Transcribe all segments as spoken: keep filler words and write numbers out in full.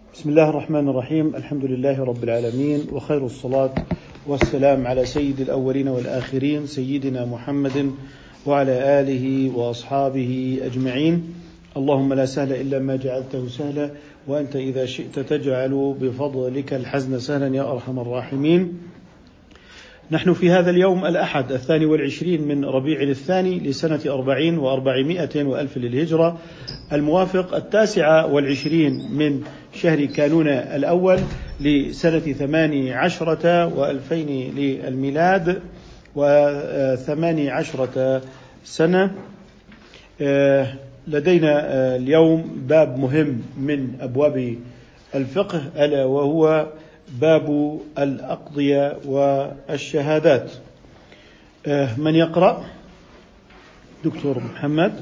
بسم الله الرحمن الرحيم. الحمد لله رب العالمين، وخير الصلاة والسلام على سيد الأولين والآخرين سيدنا محمد وعلى آله وأصحابه أجمعين. اللهم لا سهل إلا ما جعلته سهلا، وأنت إذا شئت تجعل بفضلك الحزن سهلا يا أرحم الراحمين. نحن في هذا اليوم الأحد الثاني والعشرين من ربيع الثاني لسنة أربعين وأربعمائة وألف للهجرة، الموافق التاسعة والعشرين من شهر كانون الأول لسنة ثماني عشرة وألفين للميلاد، وثماني عشرة سنة. لدينا اليوم باب مهم من أبواب الفقه، ألا وهو باب الأقضية والشهادات. من يقرأ؟ دكتور محمد،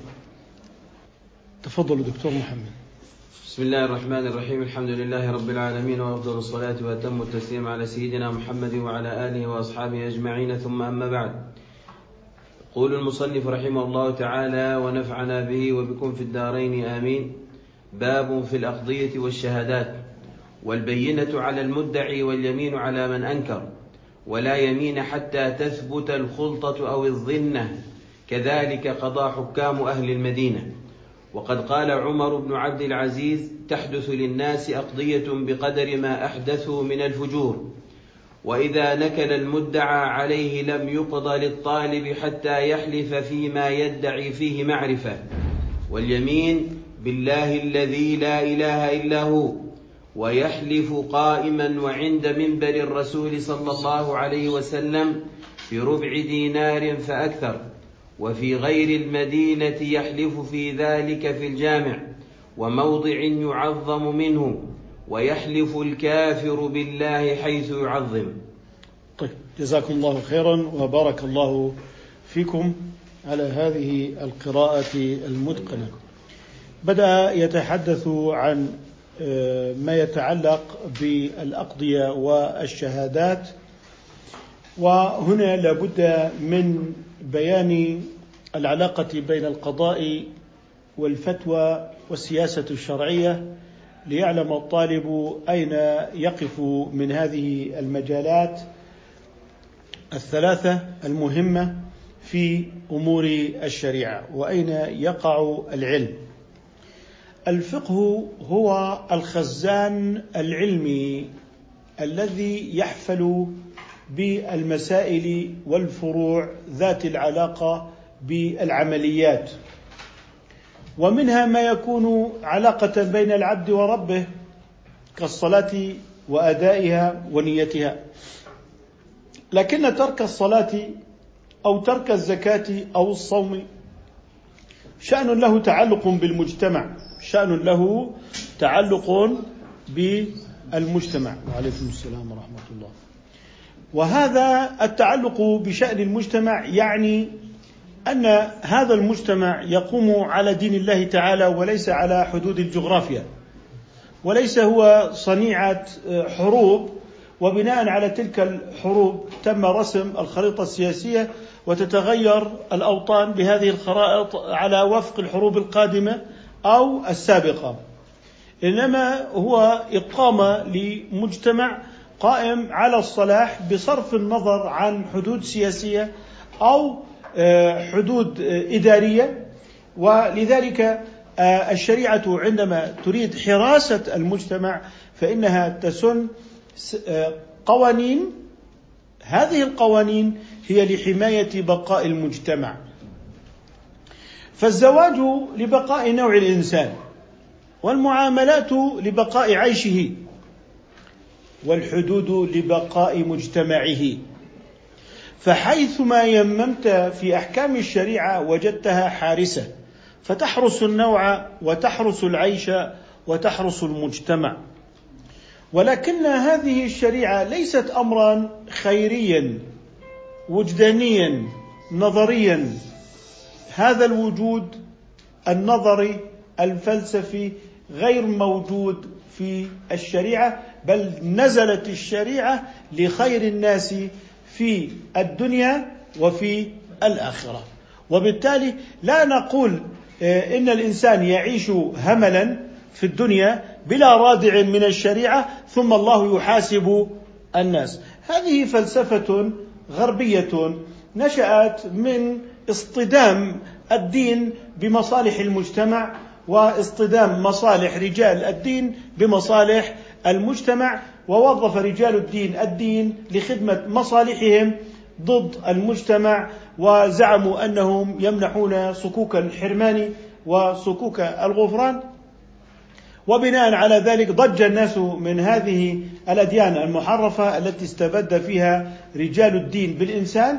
تفضل دكتور محمد. بسم الله الرحمن الرحيم. الحمد لله رب العالمين، وأفضل الصلاة وأتم التسليم على سيدنا محمد وعلى آله وأصحابه أجمعين، ثم أما بعد. يقول المصنف رحمه الله تعالى: ونفعنا به وبكم في الدارين آمين. باب في الأقضية والشهادات. والبينة على المدعي واليمين على من أنكر، ولا يمين حتى تثبت الخلطة أو الظنة، كذلك قضى حكام أهل المدينة. وقد قال عمر بن عبد العزيز: تحدث للناس أقضية بقدر ما أحدثوا من الفجور، وإذا نكل المدعى عليه لم يقضى للطالب حتى يحلف فيما يدعي فيه معرفة. واليمين بالله الذي لا إله إلا هو، ويحلف قائما وعند منبر الرسول صلى الله عليه وسلم في ربع دينار فأكثر، وفي غير المدينة يحلف في ذلك في الجامع وموضع يعظم منه، ويحلف الكافر بالله حيث يعظم. طيب، جزاكم الله خيرا وبارك الله فيكم على هذه القراءة المتقنة. بدأ يتحدث عن ما يتعلق بالأقضية والشهادات، وهنا لابد من بيان العلاقة بين القضاء والفتوى والسياسة الشرعية، ليعلم الطالب أين يقف من هذه المجالات الثلاثة المهمة في أمور الشريعة، وأين يقع العلم. الفقه هو الخزان العلمي الذي يحفل بالمسائل والفروع ذات العلاقة بالعمليات، ومنها ما يكون علاقة بين العبد وربه كالصلاة وأدائها ونيتها. لكن ترك الصلاة أو ترك الزكاة أو الصوم شأن له تعلق بالمجتمع، شأن له تعلق بالمجتمع. وعليكم السلام ورحمة الله. وهذا التعلق بشأن المجتمع يعني أن هذا المجتمع يقوم على دين الله تعالى، وليس على حدود الجغرافيا، وليس هو صنيعة حروب وبناء على تلك الحروب تم رسم الخريطة السياسية، وتتغير الأوطان بهذه الخرائط على وفق الحروب القادمة أو السابقة. إنما هو إقامة لمجتمع قائم على الصلاح بصرف النظر عن حدود سياسية أو حدود إدارية. ولذلك الشريعة عندما تريد حراسة المجتمع فإنها تسن قوانين، هذه القوانين هي لحماية بقاء المجتمع. فالزواج لبقاء نوع الإنسان، والمعاملات لبقاء عيشه، والحدود لبقاء مجتمعه. فحيثما يممت في أحكام الشريعة وجدتها حارسة، فتحرس النوع وتحرس العيش وتحرس المجتمع. ولكن هذه الشريعة ليست أمرا خيريا وجدانيا نظريا. هذا الوجود النظري الفلسفي غير موجود في الشريعة، بل نزلت الشريعة لخير الناس في الدنيا وفي الآخرة. وبالتالي لا نقول إن الإنسان يعيش هملا في الدنيا بلا رادع من الشريعة ثم الله يحاسب الناس. هذه فلسفة غربية نشأت من اصطدام الدين بمصالح المجتمع واصطدام مصالح رجال الدين بمصالح المجتمع، ووظف رجال الدين الدين لخدمة مصالحهم ضد المجتمع، وزعموا أنهم يمنحون صكوك الحرمان وصكوك الغفران. وبناء على ذلك ضج الناس من هذه الأديان المحرفة التي استبد فيها رجال الدين بالإنسان،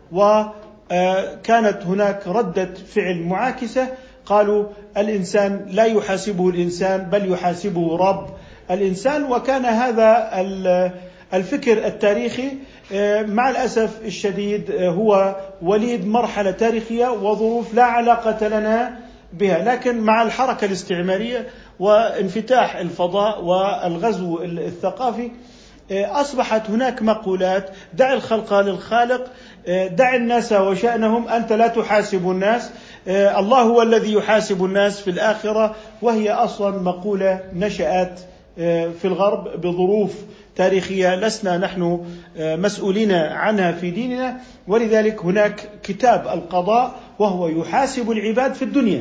وكانت هناك ردة فعل معاكسة، قالوا الإنسان لا يحاسبه الإنسان بل يحاسبه رب الإنسان. وكان هذا الفكر التاريخي مع الأسف الشديد هو وليد مرحلة تاريخية وظروف لا علاقة لنا بها، لكن مع الحركة الاستعمارية وانفتاح الفضاء والغزو الثقافي أصبحت هناك مقولات: دع الخلق للخالق، دع الناس وشأنهم، أنت لا تحاسب الناس، الله هو الذي يحاسب الناس في الآخرة. وهي أصلا مقولة نشأت في الغرب بظروف تاريخية لسنا نحن مسؤولين عنها في ديننا. ولذلك هناك كتاب القضاء وهو يحاسب العباد في الدنيا.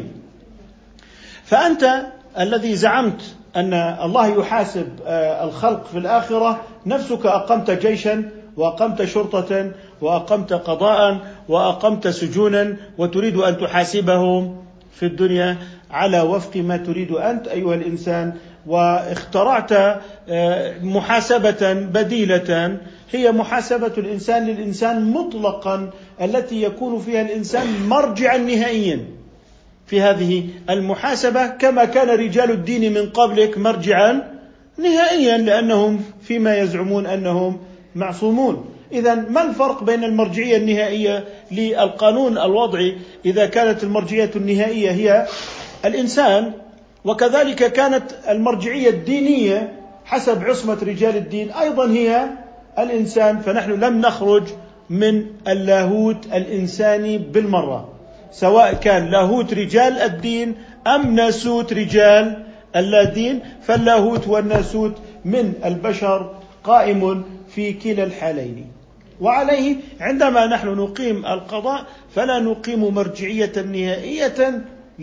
فأنت الذي زعمت أن الله يحاسب الخلق في الآخرة نفسك أقمت جيشا وأقمت شرطة وأقمت قضاء وأقمت سجونا، وتريد أن تحاسبهم في الدنيا على وفق ما تريد أنت أيها الإنسان، واخترعت محاسبة بديلة هي محاسبة الإنسان للإنسان مطلقا، التي يكون فيها الإنسان مرجعا نهائيا في هذه المحاسبة، كما كان رجال الدين من قبلك مرجعا نهائيا لأنهم فيما يزعمون أنهم معصومون. إذن ما الفرق بين المرجعية النهائية للقانون الوضعي إذا كانت المرجعية النهائية هي الإنسان، وكذلك كانت المرجعية الدينية حسب عصمة رجال الدين أيضا هي الإنسان؟ فنحن لم نخرج من اللاهوت الإنساني بالمرة، سواء كان لاهوت رجال الدين أم ناسوت رجال اللادين، فاللاهوت والناسوت من البشر قائم في كلا الحالين. وعليه عندما نحن نقيم القضاء فلا نقيم مرجعية نهائية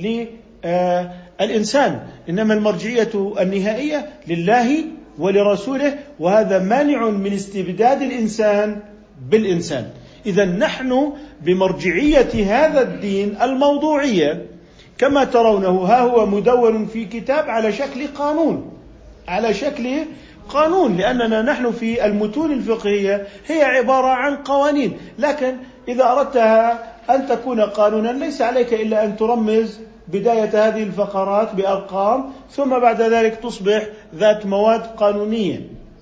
للإنسان، إنما المرجعية النهائية لله ولرسوله، وهذا مانع من استبداد الإنسان بالإنسان. إذن نحن بمرجعية هذا الدين الموضوعية كما ترونه ها هو مدون في كتاب على شكل قانون، على شكل قانون، لأننا نحن في المتون الفقهية هي عبارة عن قوانين، لكن إذا أردتها أن تكون قانونا ليس عليك إلا أن ترمز بداية هذه الفقرات بأرقام، ثم بعد ذلك تصبح ذات مواد قانونية.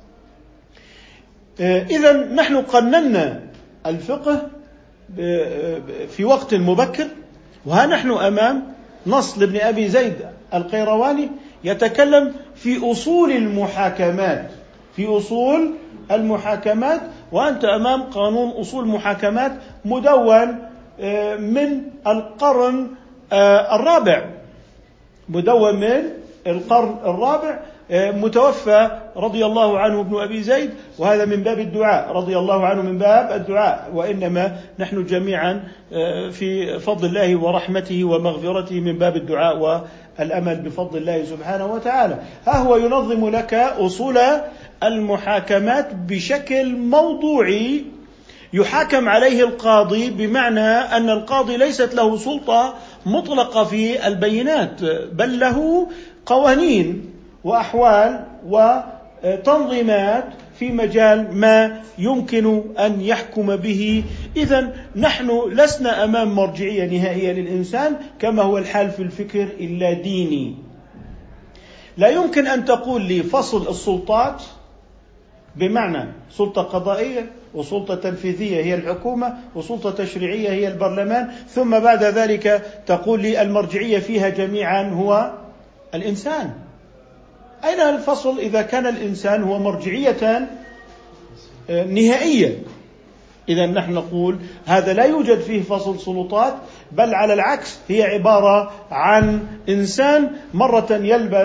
إذن نحن قننا الفقه في وقت مبكر، وها نحن أمام نص لابن أبي زيد القيرواني يتكلم في أصول المحاكمات، في أصول المحاكمات، وأنت أمام قانون أصول محاكمات مدون من القرن الرابع، مدون من القرن الرابع، متوفى رضي الله عنه ابن أبي زيد، وهذا من باب الدعاء، رضي الله عنه من باب الدعاء، وإنما نحن جميعا في فضل الله ورحمته ومغفرته من باب الدعاء والأمل بفضل الله سبحانه وتعالى. ها هو ينظم لك أصول المحاكمات بشكل موضوعي يحاكم عليه القاضي، بمعنى أن القاضي ليست له سلطة مطلقة في البينات، بل له قوانين وأحوال وتنظيمات في مجال ما يمكن أن يحكم به. إذن نحن لسنا أمام مرجعية نهائية للإنسان كما هو الحال في الفكر إلا ديني. لا يمكن أن تقول لي فصل السلطات بمعنى سلطة قضائية وسلطة تنفيذية هي الحكومة وسلطة تشريعية هي البرلمان، ثم بعد ذلك تقول لي المرجعية فيها جميعا هو الإنسان. أين الفصل إذا كان الإنسان هو مرجعية نهائية؟ إذن نحن نقول هذا لا يوجد فيه فصل سلطات، بل على العكس هي عبارة عن إنسان مرة يلبس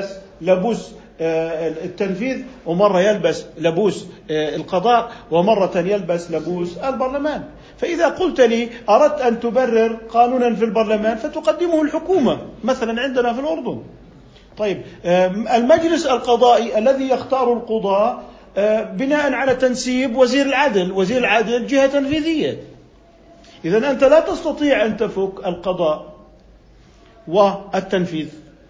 لبوس التنفيذ، ومرة يلبس لبوس القضاء، ومرة يلبس لبوس البرلمان. فإذا قلت لي أردت أن تبرر قانونا في البرلمان فتقدمه الحكومة مثلا عندنا في الأردن. طيب المجلس القضائي الذي يختار القضاء بناء على تنسيب وزير العدل، وزير العدل جهة تنفيذية. إذن أنت لا تستطيع أن تفك القضاء والتنفيذ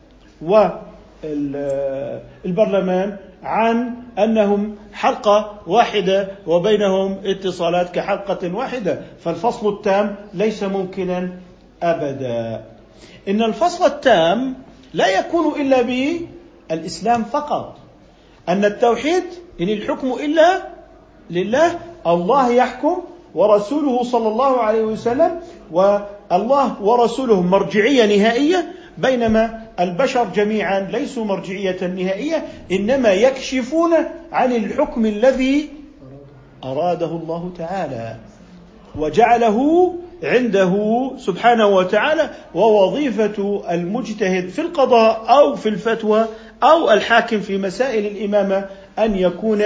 والبرلمان عن أنهم حلقة واحدة وبينهم اتصالات كحلقة واحدة، فالفصل التام ليس ممكنا أبدا. إن الفصل التام لا يكون إلا بالإسلام فقط، أن التوحيد إن الحكم إلا لله، الله يحكم ورسوله صلى الله عليه وسلم، والله ورسوله مرجعية نهائية، بينما البشر جميعا ليسوا مرجعية نهائية، إنما يكشفون عن الحكم الذي أراده الله تعالى وجعله عنده سبحانه وتعالى. ووظيفة المجتهد في القضاء أو في الفتوى أو الحاكم في مسائل الإمامة أن يكون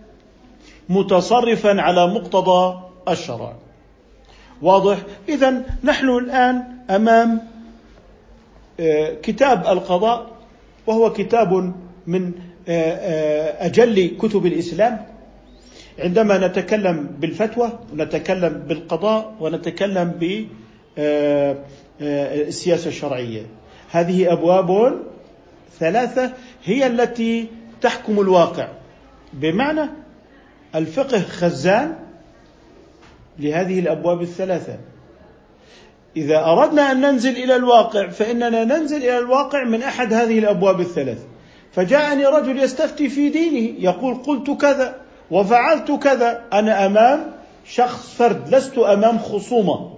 متصرفا على مقتضى الشرع. واضح؟ إذن نحن الآن أمام كتاب القضاء، وهو كتاب من أجل كتب الإسلام. عندما نتكلم بالفتوى ونتكلم بالقضاء ونتكلم بالسياسة الشرعية، هذه أبواب ثلاثة هي التي تحكم الواقع، بمعنى الفقه خزان لهذه الأبواب الثلاثة. إذا أردنا أن ننزل إلى الواقع فإننا ننزل إلى الواقع من أحد هذه الأبواب الثلاث. فجاءني رجل يستفتي في دينه يقول قلت كذا وفعلت كذا، أنا أمام شخص فرد، لست أمام خصومة.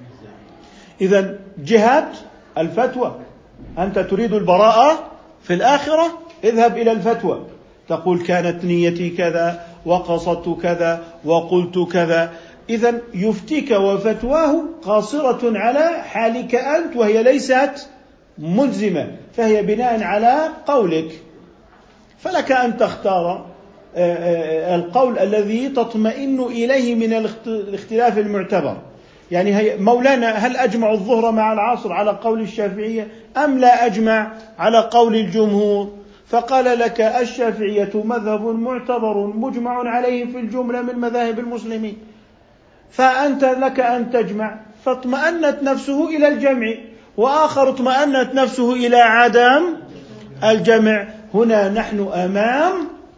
إذن جهات الفتوى، أنت تريد البراءة في الآخرة، اذهب إلى الفتوى، تقول كانت نيتي كذا وقصدت كذا وقلت كذا. إذن يفتيك وفتواه قاصرة على حالك أنت، وهي ليست ملزمة، فهي بناء على قولك، فلك أن تختار القول الذي تطمئن إليه من الاختلاف المعتبر. يعني هي مولانا هل أجمع الظهر مع العصر على قول الشافعية أم لا أجمع على قول الجمهور؟ فقال لك الشافعية مذهب معتبر مجمع عليه في الجملة من مذاهب المسلمين، فأنت لك أن تجمع، فاطمأنت نفسه إلى الجمع، وآخر اطمأنت نفسه إلى عدم الجمع. هنا نحن أمام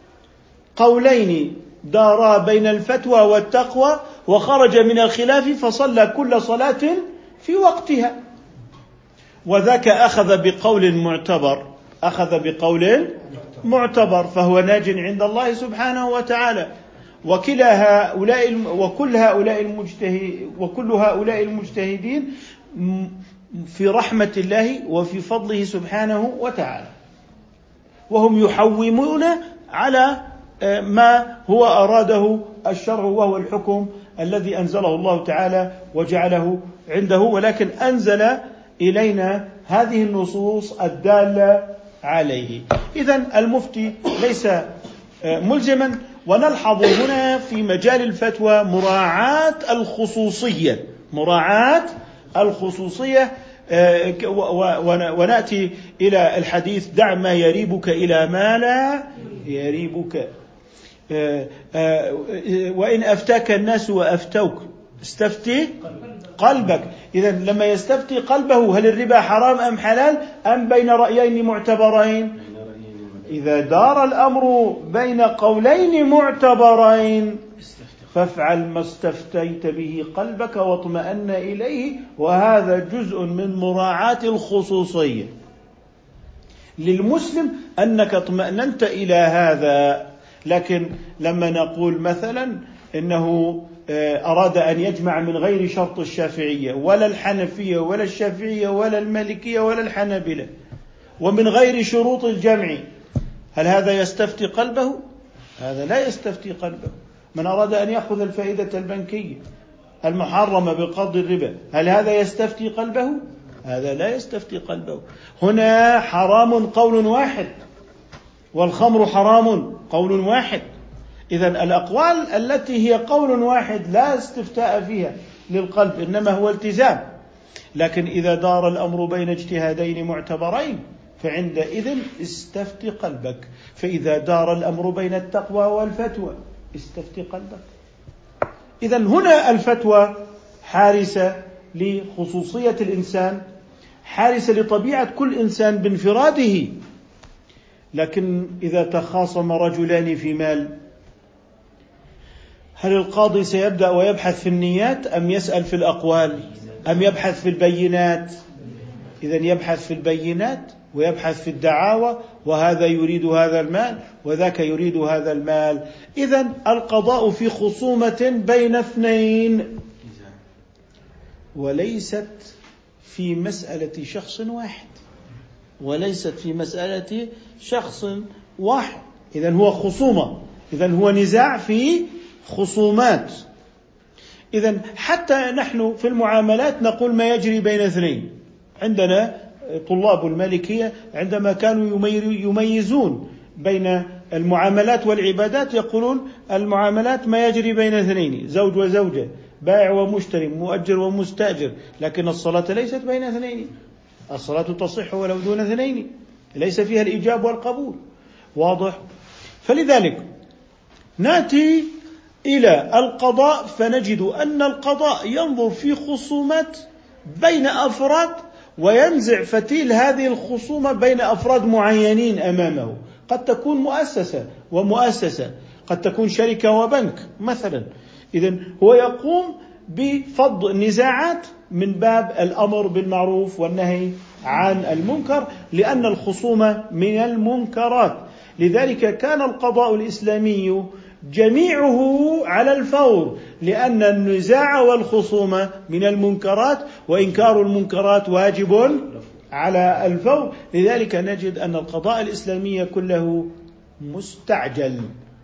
قولين دارا بين الفتوى والتقوى، وخرج من الخلاف فصلى كل صلاة في وقتها، وذاك أخذ بقول معتبر، أخذ بقول معتبر فهو ناج عند الله سبحانه وتعالى. وكلا هؤلاء وكل هؤلاء المجتهد وكل هؤلاء المجتهدين في رحمة الله وفي فضله سبحانه وتعالى، وهم يحومون على ما هو أراده الشرع، وهو الحكم الذي أنزله الله تعالى وجعله عنده، ولكن أنزل إلينا هذه النصوص الدالة عليه. إذن المفتي ليس ملزما. ونلحظ هنا في مجال الفتوى مراعاة الخصوصية، مراعاة الخصوصية. ونأتي إلى الحديث دع ما يريبك إلى ما لا يريبك، وإن أفتاك الناس وأفتوك استفتي قلبك. إذن لما يستفتي قلبه هل الربا حرام أم حلال أم بين رأيين معتبرين؟ إذا دار الأمر بين قولين معتبرين فافعل ما استفتيت به قلبك واطمأن إليه، وهذا جزء من مراعاة الخصوصية للمسلم أنك اطمأننت إلى هذا. لكن لما نقول مثلا إنه أراد أن يجمع من غير شرط الشافعية ولا الحنفية ولا الشافعية ولا المالكية ولا الحنابلة ومن غير شروط الجمع، هل هذا يستفتي قلبه؟ هذا لا يستفتي قلبه. من أراد أن يأخذ الفائدة البنكية المحرمة بقبض الربا، هل هذا يستفتي قلبه؟ هذا لا يستفتي قلبه. هنا حرام قول واحد، والخمر حرام قول واحد. إذن الأقوال التي هي قول واحد لا استفتاء فيها للقلب، إنما هو التزام. لكن إذا دار الأمر بين اجتهادين معتبرين فعندئذ استفت قلبك. فإذا دار الأمر بين التقوى والفتوى استفت قلبك. إذن هنا الفتوى حارسة لخصوصية الإنسان، حارسة لطبيعة كل إنسان بانفراده. لكن إذا تخاصم رجلان في مال، هل القاضي سيبدأ ويبحث في النيات أم يسأل في الأقوال أم يبحث في البينات؟ إذن يبحث في البينات ويبحث في الدعاوى، وهذا يريد هذا المال وذاك يريد هذا المال. إذن القضاء في خصومة بين اثنين، وليست في مسألة شخص واحد، وليست في مسألة شخص واحد. إذن هو خصومة، إذن هو نزاع في خصومات. إذن حتى نحن في المعاملات نقول ما يجري بين اثنين. عندنا طلاب المالكية عندما كانوا يميزون بين المعاملات والعبادات يقولون المعاملات ما يجري بين اثنين، زوج وزوجة، بائع ومشتري، مؤجر ومستأجر. لكن الصلاة ليست بين اثنين، الصلاة تصح ولو دون اثنين، ليس فيها الإيجاب والقبول. واضح؟ فلذلك نأتي إلى القضاء فنجد أن القضاء ينظر في خصومات بين أفراد وينزع فتيل هذه الخصومة بين أفراد معينين أمامه. قد تكون مؤسسة ومؤسسة، قد تكون شركة وبنك مثلا. إذن هو يقوم بفض النزاعات من باب الأمر بالمعروف والنهي عن المنكر، لأن الخصومة من المنكرات. لذلك كان القضاء الإسلامي جميعه على الفور، لأن النزاع والخصومة من المنكرات، وإنكار المنكرات واجب على الفور. لذلك نجد أن القضاء الإسلامي كله مستعجل.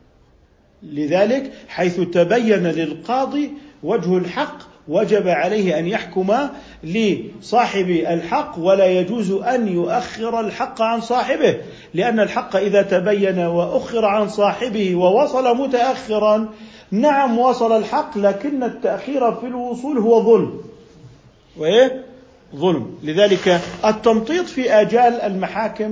لذلك حيث تبين للقاضي وجه الحق وجب عليه أن يحكم لصاحب الحق، ولا يجوز أن يؤخر الحق عن صاحبه، لأن الحق إذا تبين وأخر عن صاحبه ووصل متأخرا، نعم وصل الحق، لكن التأخير في الوصول هو ظلم، وإيه؟ ظلم. لذلك التمطيط في آجال المحاكم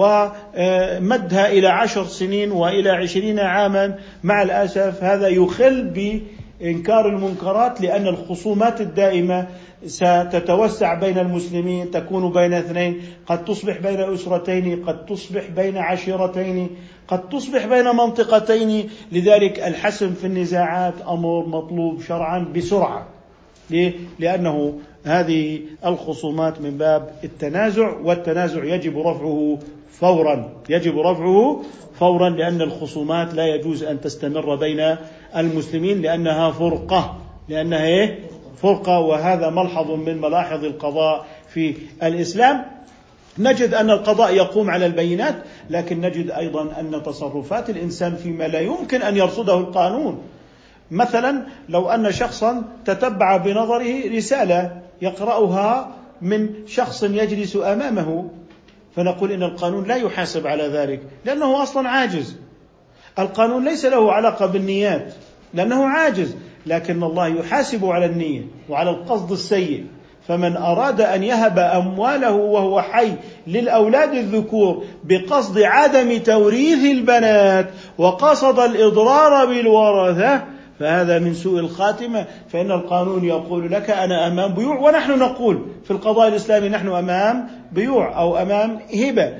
ومدها إلى عشر سنين وإلى عشرين عاما مع الأسف هذا يخل بإنكار المنكرات، لأن الخصومات الدائمة ستتوسع بين المسلمين، تكون بين اثنين، قد تصبح بين أسرتين، قد تصبح بين عشيرتين، قد تصبح بين منطقتين. لذلك الحسم في النزاعات أمر مطلوب شرعا بسرعة. ليه؟ لأنه هذه الخصومات من باب التنازع، والتنازع يجب رفعه فورا، يجب رفعه فورا، لأن الخصومات لا يجوز أن تستمر بين المسلمين، لأنها فرقة، لأنها إيه؟ فرقة. وهذا ملحظ من ملاحظ القضاء في الإسلام. نجد أن القضاء يقوم على البينات، لكن نجد أيضا أن تصرفات الإنسان فيما لا يمكن أن يرصده القانون. مثلا لو أن شخصا تتبع بنظره رسالة يقرأها من شخص يجلس أمامه، فنقول إن القانون لا يحاسب على ذلك، لأنه أصلا عاجز. القانون ليس له علاقة بالنيات لأنه عاجز، لكن الله يحاسب على النية وعلى القصد السيء. فمن أراد أن يهب أمواله وهو حي للأولاد الذكور بقصد عدم توريث البنات وقصد الإضرار بالورثة، فهذا من سوء الخاتمة. فإن القانون يقول لك أنا أمام بيوع، ونحن نقول في القضاء الإسلامي نحن أمام بيوع أو أمام هبة.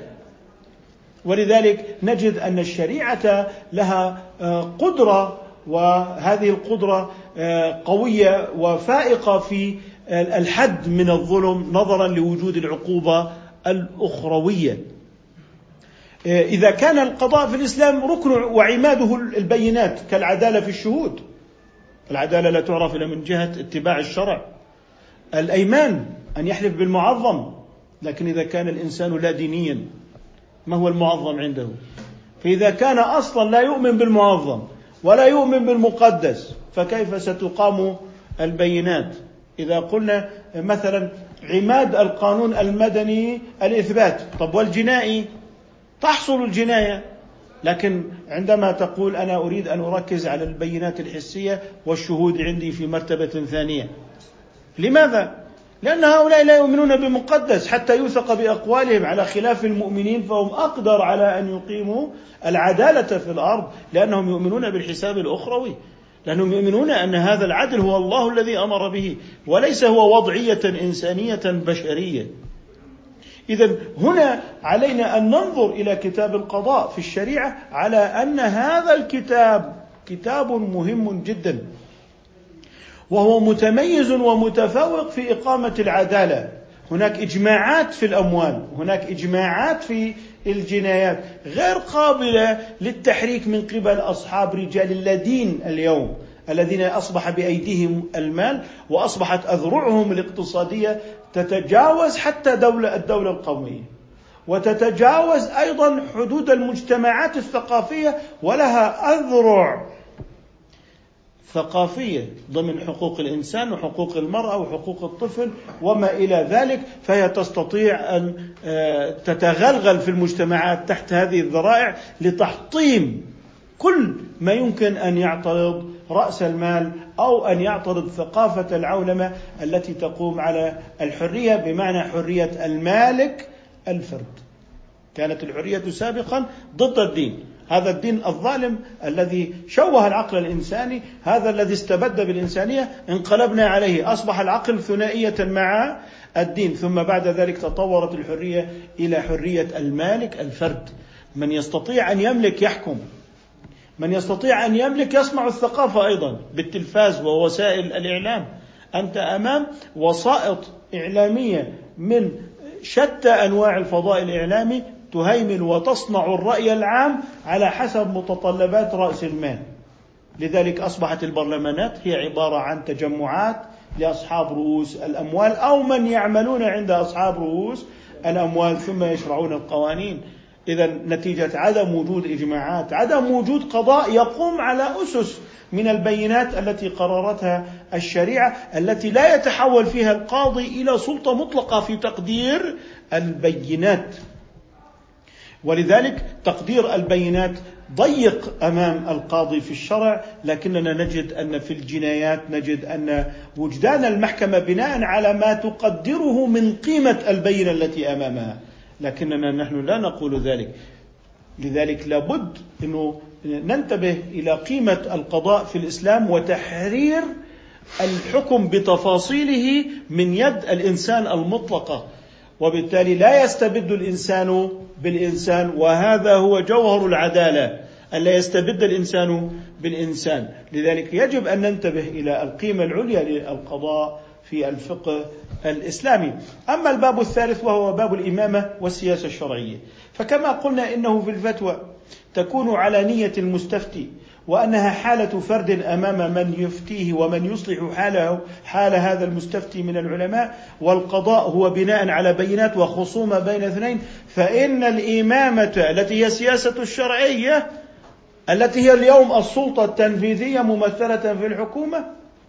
ولذلك نجد أن الشريعة لها قدرة، وهذه القدرة قوية وفائقة في الحد من الظلم نظرا لوجود العقوبة الأخروية. إذا كان القضاء في الإسلام ركن وعماده البينات كالعدالة في الشهود، العدالة لا تعرف إلا من جهة اتباع الشرع. الأيمان أن يحلف بالمعظم، لكن إذا كان الإنسان لا دينيا ما هو المعظم عنده؟ فإذا كان أصلا لا يؤمن بالمعظم ولا يؤمن بالمقدس، فكيف ستقام البينات؟ إذا قلنا مثلا عماد القانون المدني الإثبات، طب والجنائي؟ تحصل الجناية لكن عندما تقول أنا أريد أن أركز على البينات الحسية والشهود عندي في مرتبة ثانية، لماذا؟ لأن هؤلاء لا يؤمنون بمقدس حتى يوثق بأقوالهم، على خلاف المؤمنين فهم أقدر على أن يقيموا العدالة في الأرض، لأنهم يؤمنون بالحساب الأخروي، لأنهم يؤمنون أن هذا العدل هو الله الذي أمر به وليس هو وضعية إنسانية بشرية. إذن هنا علينا أن ننظر إلى كتاب القضاء في الشريعة على أن هذا الكتاب كتاب مهم جدا، وهو متميز ومتفوق في إقامة العدالة. هناك إجماعات في الأموال، هناك إجماعات في الجنايات غير قابلة للتحريك من قبل أصحاب رجال الدين اليوم، الذين أصبح بأيديهم المال وأصبحت أذرعهم الاقتصادية تتجاوز حتى دولة الدولة القومية، وتتجاوز أيضا حدود المجتمعات الثقافية، ولها أذرع ثقافية ضمن حقوق الإنسان وحقوق المرأة وحقوق الطفل وما إلى ذلك، فهي تستطيع أن تتغلغل في المجتمعات تحت هذه الذرائع لتحطيم كل ما يمكن أن يعترض رأس المال أو أن يعترض ثقافة العولمة التي تقوم على الحرية، بمعنى حرية المالك الفرد. كانت الحرية سابقا ضد الدين، هذا الدين الظالم الذي شوه العقل الإنساني، هذا الذي استبد بالإنسانية، انقلبنا عليه، أصبح العقل ثنائية مع الدين. ثم بعد ذلك تطورت الحرية إلى حرية المالك الفرد، من يستطيع أن يملك يحكم، من يستطيع أن يملك يصنع الثقافة أيضا بالتلفاز ووسائل الإعلام. أنت أمام وسائط إعلامية من شتى أنواع الفضاء الإعلامي تهيمن وتصنع الرأي العام على حسب متطلبات رأس المال. لذلك أصبحت البرلمانات هي عبارة عن تجمعات لأصحاب رؤوس الأموال أو من يعملون عند أصحاب رؤوس الأموال ثم يشرعون القوانين. إذا نتيجة عدم وجود إجماعات، عدم وجود قضاء يقوم على أسس من البينات التي قررتها الشريعة، التي لا يتحول فيها القاضي إلى سلطة مطلقة في تقدير البينات. ولذلك تقدير البينات ضيق أمام القاضي في الشرع، لكننا نجد أن في الجنايات نجد أن وجدان المحكمة بناء على ما تقدره من قيمة البينة التي أمامها، لكننا نحن لا نقول ذلك. لذلك لابد أنه ننتبه إلى قيمة القضاء في الإسلام وتحرير الحكم بتفاصيله من يد الإنسان المطلقة، وبالتالي لا يستبد الإنسان بالإنسان، وهذا هو جوهر العدالة، ألا يستبد الإنسان بالإنسان. لذلك يجب أن ننتبه إلى القيمة العليا للقضاء في الفقه الإسلامي. أما الباب الثالث وهو باب الإمامة والسياسة الشرعية، فكما قلنا إنه في الفتوى تكون على نية المستفتي، وأنها حالة فرد أمام من يفتيه ومن يصلح حاله حال هذا المستفتي من العلماء، والقضاء هو بناء على بينات وخصومة بين اثنين. فإن الإمامة التي هي السياسة الشرعية التي هي اليوم السلطة التنفيذية ممثلة في الحكومة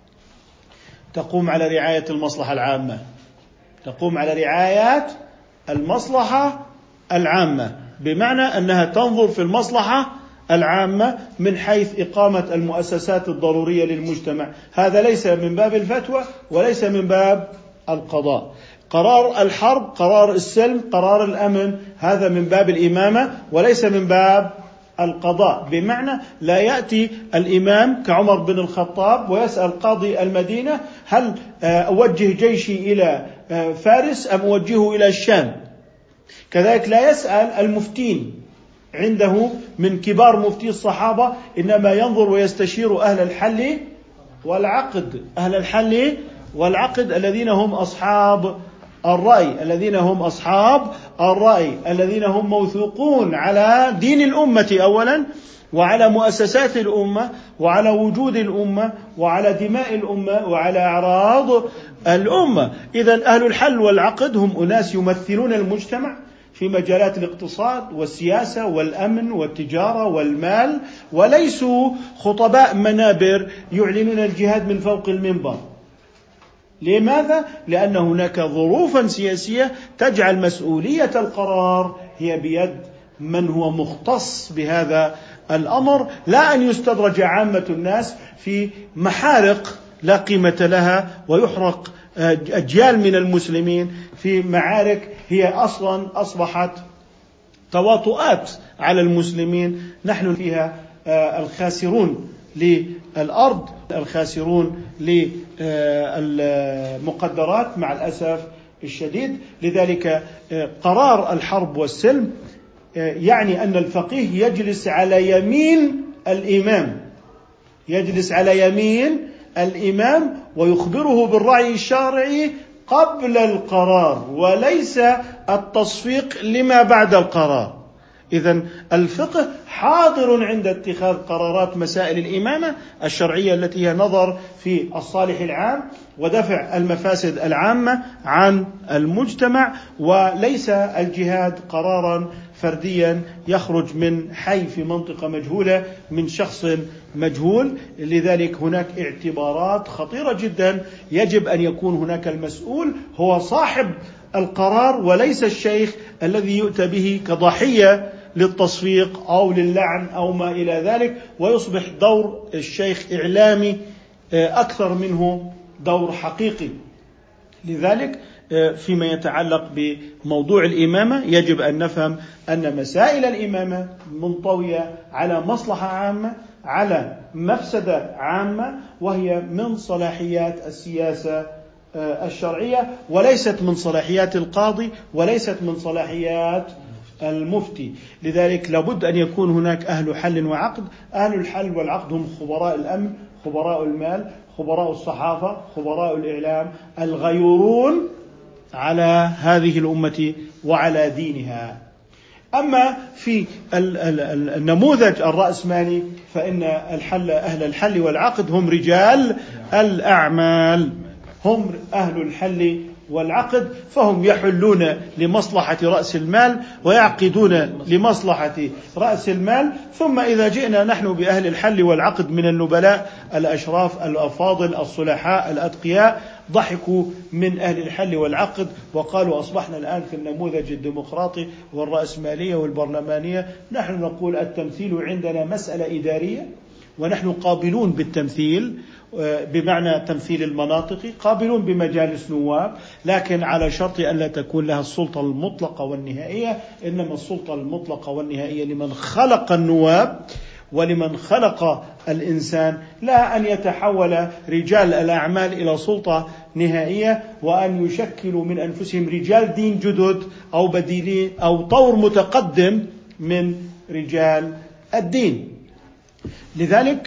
تقوم على رعاية المصلحة العامة، تقوم على رعاية المصلحة العامة، بمعنى أنها تنظر في المصلحة العامة من حيث إقامة المؤسسات الضرورية للمجتمع. هذا ليس من باب الفتوى وليس من باب القضاء. قرار الحرب، قرار السلم، قرار الأمن، هذا من باب الإمامة وليس من باب القضاء. بمعنى لا يأتي الإمام كعمر بن الخطاب ويسأل قاضي المدينة هل أوجه جيشي إلى فارس أم أوجهه إلى الشام. كذلك لا يسأل المفتين عنده من كبار مفتي الصحابة، إنما ينظر ويستشير أهل الحل والعقد، أهل الحل والعقد الذين هم أصحاب الرأي، الذين هم أصحاب الرأي الذين هم موثوقون على دين الأمة أولا، وعلى مؤسسات الأمة، وعلى وجود الأمة، وعلى دماء الأمة، وعلى أعراض الأمة. إذن أهل الحل والعقد هم أناس يمثلون المجتمع في مجالات الاقتصاد والسياسة والأمن والتجارة والمال، وليسوا خطباء منابر يعلنون الجهاد من فوق المنبر. لماذا؟ لأن هناك ظروفا سياسية تجعل مسؤولية القرار هي بيد من هو مختص بهذا الأمر، لا أن يستدرج عامة الناس في محارق لا قيمة لها ويحرق أجيال من المسلمين في معارك هي أصلا أصبحت تواطؤات على المسلمين. نحن فيها الخاسرون للأرض، الخاسرون للمقدرات مع الأسف الشديد. لذلك قرار الحرب والسلم يعني أن الفقيه يجلس على يمين الإمام، يجلس على يمين الإمام ويخبره بالرأي الشرعي قبل القرار وليس التصفيق لما بعد القرار. إذن الفقه حاضر عند اتخاذ قرارات مسائل الإمامة الشرعية التي هي نظر في الصالح العام ودفع المفاسد العامة عن المجتمع، وليس الجهاد قرارا فرديا يخرج من حي في منطقة مجهولة من شخص مجهول. لذلك هناك اعتبارات خطيرة جدا يجب أن يكون هناك المسؤول هو صاحب القرار وليس الشيخ الذي يؤتى به كضحية للتصفيق أو للعن أو ما إلى ذلك، ويصبح دور الشيخ إعلامي أكثر منه دور حقيقي. لذلك فيما يتعلق بموضوع الإمامة يجب أن نفهم أن مسائل الإمامة منطوية على مصلحة عامة، على مفسدة عامة، وهي من صلاحيات السياسة الشرعية وليست من صلاحيات القاضي وليست من صلاحيات المفتي. لذلك لابد أن يكون هناك أهل حل وعقد. أهل الحل والعقد هم خبراء الأمن، خبراء المال، خبراء الصحافة، خبراء الإعلام، الغيورون على هذه الأمة وعلى دينها. أما في النموذج الرأسمالي فإن الحل أهل الحل والعقد هم رجال الأعمال، هم أهل الحل والعقد، فهم يحلون لمصلحة رأس المال ويعقدون لمصلحة رأس المال. ثم إذا جئنا نحن بأهل الحل والعقد من النبلاء الأشراف الأفاضل الصلحاء الأتقياء ضحكوا من أهل الحل والعقد وقالوا أصبحنا الآن في النموذج الديمقراطي والرأسمالية والبرلمانية. نحن نقول التمثيل عندنا مسألة إدارية ونحن قابلون بالتمثيل بمعنى تمثيل المناطقي، قابلون بمجالس نواب، لكن على شرط أن لا تكون لها السلطة المطلقة والنهائية، إنما السلطة المطلقة والنهائية لمن خلق النواب ولمن خلق الإنسان، لا أن يتحول رجال الأعمال إلى سلطة نهائية وأن يشكلوا من أنفسهم رجال دين جدد أو بديلين أو طور متقدم من رجال الدين. لذلك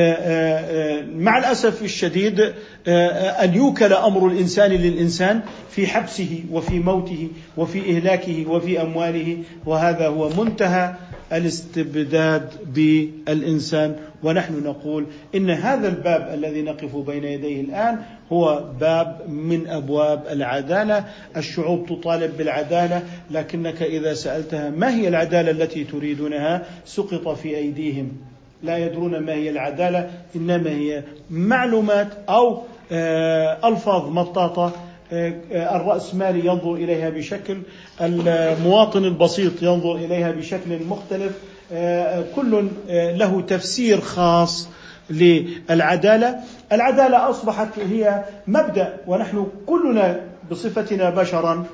مع الأسف الشديد أن يوكل أمر الإنسان للإنسان في حبسه وفي موته وفي إهلاكه وفي أمواله، وهذا هو منتهى الاستبداد بالإنسان. ونحن نقول إن هذا الباب الذي نقف بين يديه الآن هو باب من أبواب العدالة. الشعوب تطالب بالعدالة، لكنك إذا سألتها ما هي العدالة التي تريدونها سقط في أيديهم، لا يدرون ما هي العدالة، إنما هي معلومات أو ألفاظ مطاطة. الرأسمالي ينظر إليها بشكل، المواطن البسيط ينظر إليها بشكل مختلف، كل له تفسير خاص للعدالة. العدالة أصبحت هي مبدأ، ونحن كلنا بصفتنا بشرا،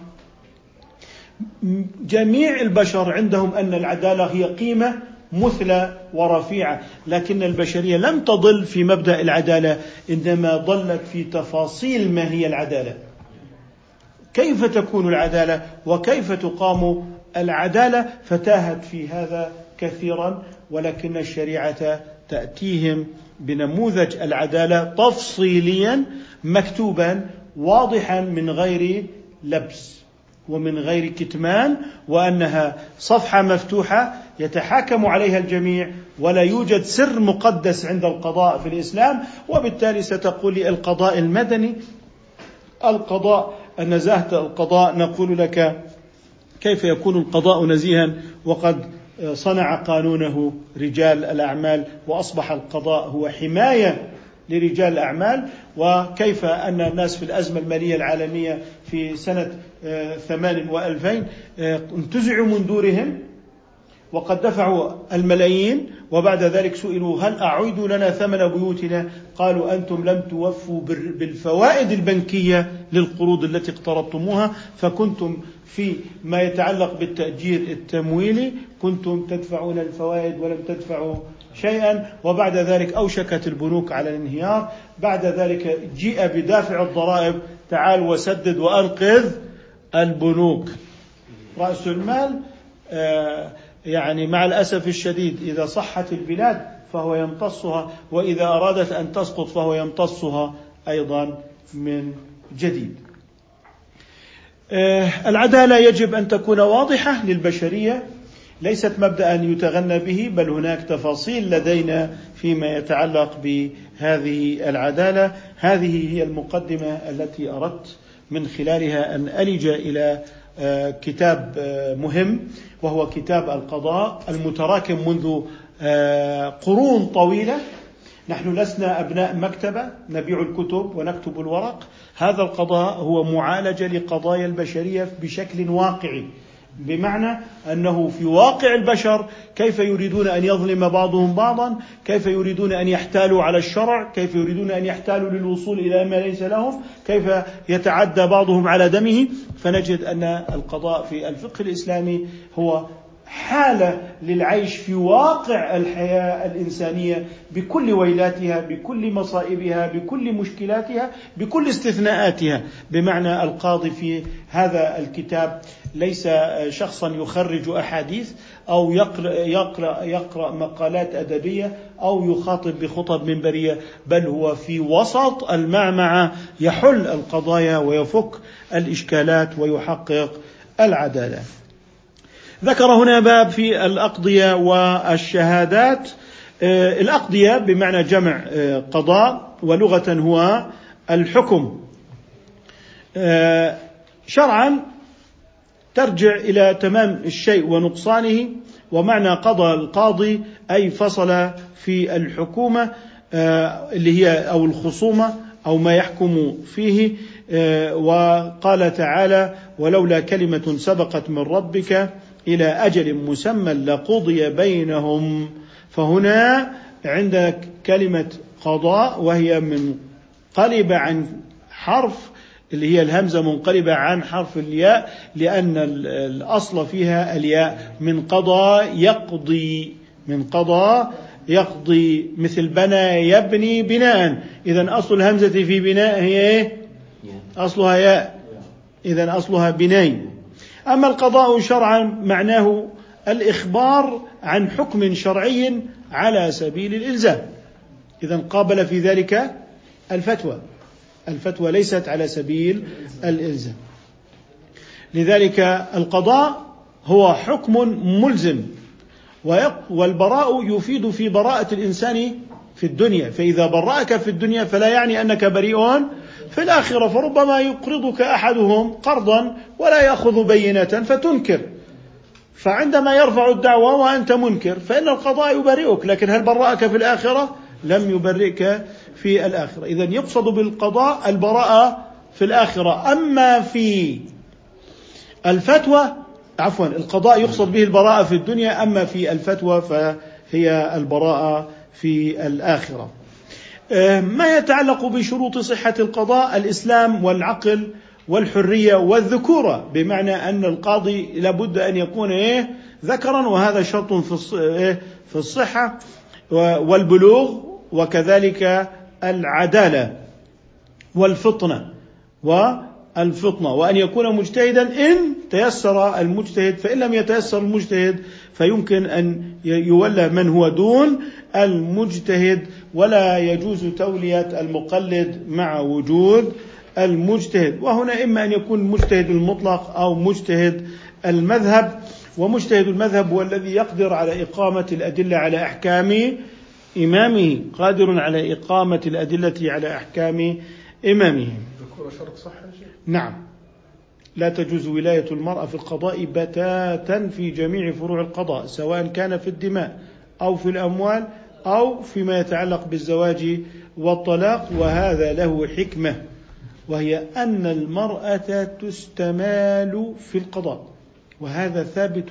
جميع البشر عندهم أن العدالة هي قيمة مثلى ورفيعة، لكن البشرية لم تضل في مبدأ العدالة، إنما ضلت في تفاصيل ما هي العدالة، كيف تكون العدالة وكيف تقام العدالة، فتاهت في هذا كثيرا. ولكن الشريعة تأتيهم بنموذج العدالة تفصيليا مكتوبا واضحا من غير لبس ومن غير كتمان، وأنها صفحة مفتوحة يتحاكم عليها الجميع ولا يوجد سر مقدس عند القضاء في الإسلام. وبالتالي ستقول لي القضاء المدني، القضاء نزاهة القضاء، نقول لك كيف يكون القضاء نزيها وقد صنع قانونه رجال الأعمال وأصبح القضاء هو حماية لرجال الأعمال؟ وكيف أن الناس في الأزمة المالية العالمية في سنة ثمان وألفين انتزعوا من دورهم وقد دفعوا الملايين، وبعد ذلك سئلوا هل أعيدوا لنا ثمن بيوتنا؟ قالوا أنتم لم توفوا بالفوائد البنكية للقروض التي اقترضتموها، فكنتم في ما يتعلق بالتأجير التمويلي كنتم تدفعون الفوائد ولم تدفعوا شيئا، وبعد ذلك أوشكت البنوك على الانهيار. بعد ذلك جيء بدافع الضرائب، تعال وسدد وأنقذ البنوك. رأس المال آه يعني مع الأسف الشديد إذا صحت البلاد فهو يمتصها، وإذا أرادت أن تسقط فهو يمتصها أيضا من جديد. آه العدالة يجب أن تكون واضحة للبشرية، ليست مبدأ يتغنى به، بل هناك تفاصيل لدينا فيما يتعلق بهذه العدالة. هذه هي المقدمة التي أردت من خلالها أن ألج إلى كتاب مهم، وهو كتاب القضاء المتراكم منذ قرون طويلة. نحن لسنا أبناء مكتبة نبيع الكتب ونكتب الورق. هذا القضاء هو معالجة لقضايا البشرية بشكل واقعي، بمعنى أنه في واقع البشر كيف يريدون أن يظلم بعضهم بعضا، كيف يريدون أن يحتالوا على الشرع، كيف يريدون أن يحتالوا للوصول إلى ما ليس لهم، كيف يتعدى بعضهم على دمه. فنجد أن القضاء في الفقه الإسلامي هو حالة للعيش في واقع الحياة الإنسانية بكل ويلاتها، بكل مصائبها، بكل مشكلاتها، بكل استثناءاتها. بمعنى القاضي في هذا الكتاب ليس شخصا يخرج أحاديث أو يقرأ, يقرأ, يقرأ مقالات أدبية أو يخاطب بخطب منبرية، بل هو في وسط المعمعة يحل القضايا ويفك الإشكالات ويحقق العدالة. ذكر هنا باب في الأقضية والشهادات. الأقضية بمعنى جمع قضاء، ولغة هو الحكم. شرعا ترجع إلى تمام الشيء ونقصانه، ومعنى قضى القاضي أي فصل في الحكومة اللي هي أو الخصومة أو ما يحكم فيه. وقال تعالى ولولا كلمة سبقت من ربك إلى أجل مسمى لقضي بينهم. فهنا عندك كلمة قضاء وهي منقلبة عن حرف اللي هي الهمزة، منقلبة عن حرف الياء، لأن الأصل فيها الياء. من قضى يقضي، من قضى يقضي، مثل بنى يبني بناء. إذن أصل الهمزة في بناء هي إيه؟ أصلها ياء، إذن أصلها بناي. أما القضاء شرعا معناه الإخبار عن حكم شرعي على سبيل الإلزام. إذن قابل في ذلك الفتوى. الفتوى ليست على سبيل الإلزام. لذلك القضاء هو حكم ملزم، والبراء يفيد في براءة الإنسان في الدنيا، فإذا برأك في الدنيا فلا يعني أنك بريء في الآخرة. فربما يقرضك أحدهم قرضا ولا يأخذ بينة فتنكر، فعندما يرفع الدعوة وأنت منكر فإن القضاء يبرئك، لكن هل برأك في الآخرة؟ لم يبرئك في الآخرة. إذن يقصد بالقضاء البراءة في الآخرة. أما في الفتوى عفوا القضاء يقصد به البراءة في الدنيا، أما في الفتوى فهي البراءة في الآخرة. ما يتعلق بشروط صحة القضاء: الإسلام والعقل والحرية والذكورة، بمعنى أن القاضي لابد أن يكون إيه؟ ذكرا، وهذا شرط في الصحة، والبلوغ، وكذلك العدالة والفطنة والفطنة، وأن يكون مجتهدا إن تيسر المجتهد، فإن لم يتيسر المجتهد فيمكن أن يولى من هو دون المجتهد، ولا يجوز تولية المقلد مع وجود المجتهد. وهنا إما أن يكون مجتهد المطلق أو مجتهد المذهب. ومجتهد المذهب هو الذي يقدر على إقامة الأدلة على أحكام إمامه، قادر على إقامة الأدلة على أحكام إمامه. شرط صح؟ نعم، لا تجوز ولاية المرأة في القضاء بتاتا في جميع فروع القضاء، سواء كان في الدماء أو في الأموال أو فيما يتعلق بالزواج والطلاق. وهذا له حكمة، وهي أن المرأة تستمال في القضاء، وهذا ثابت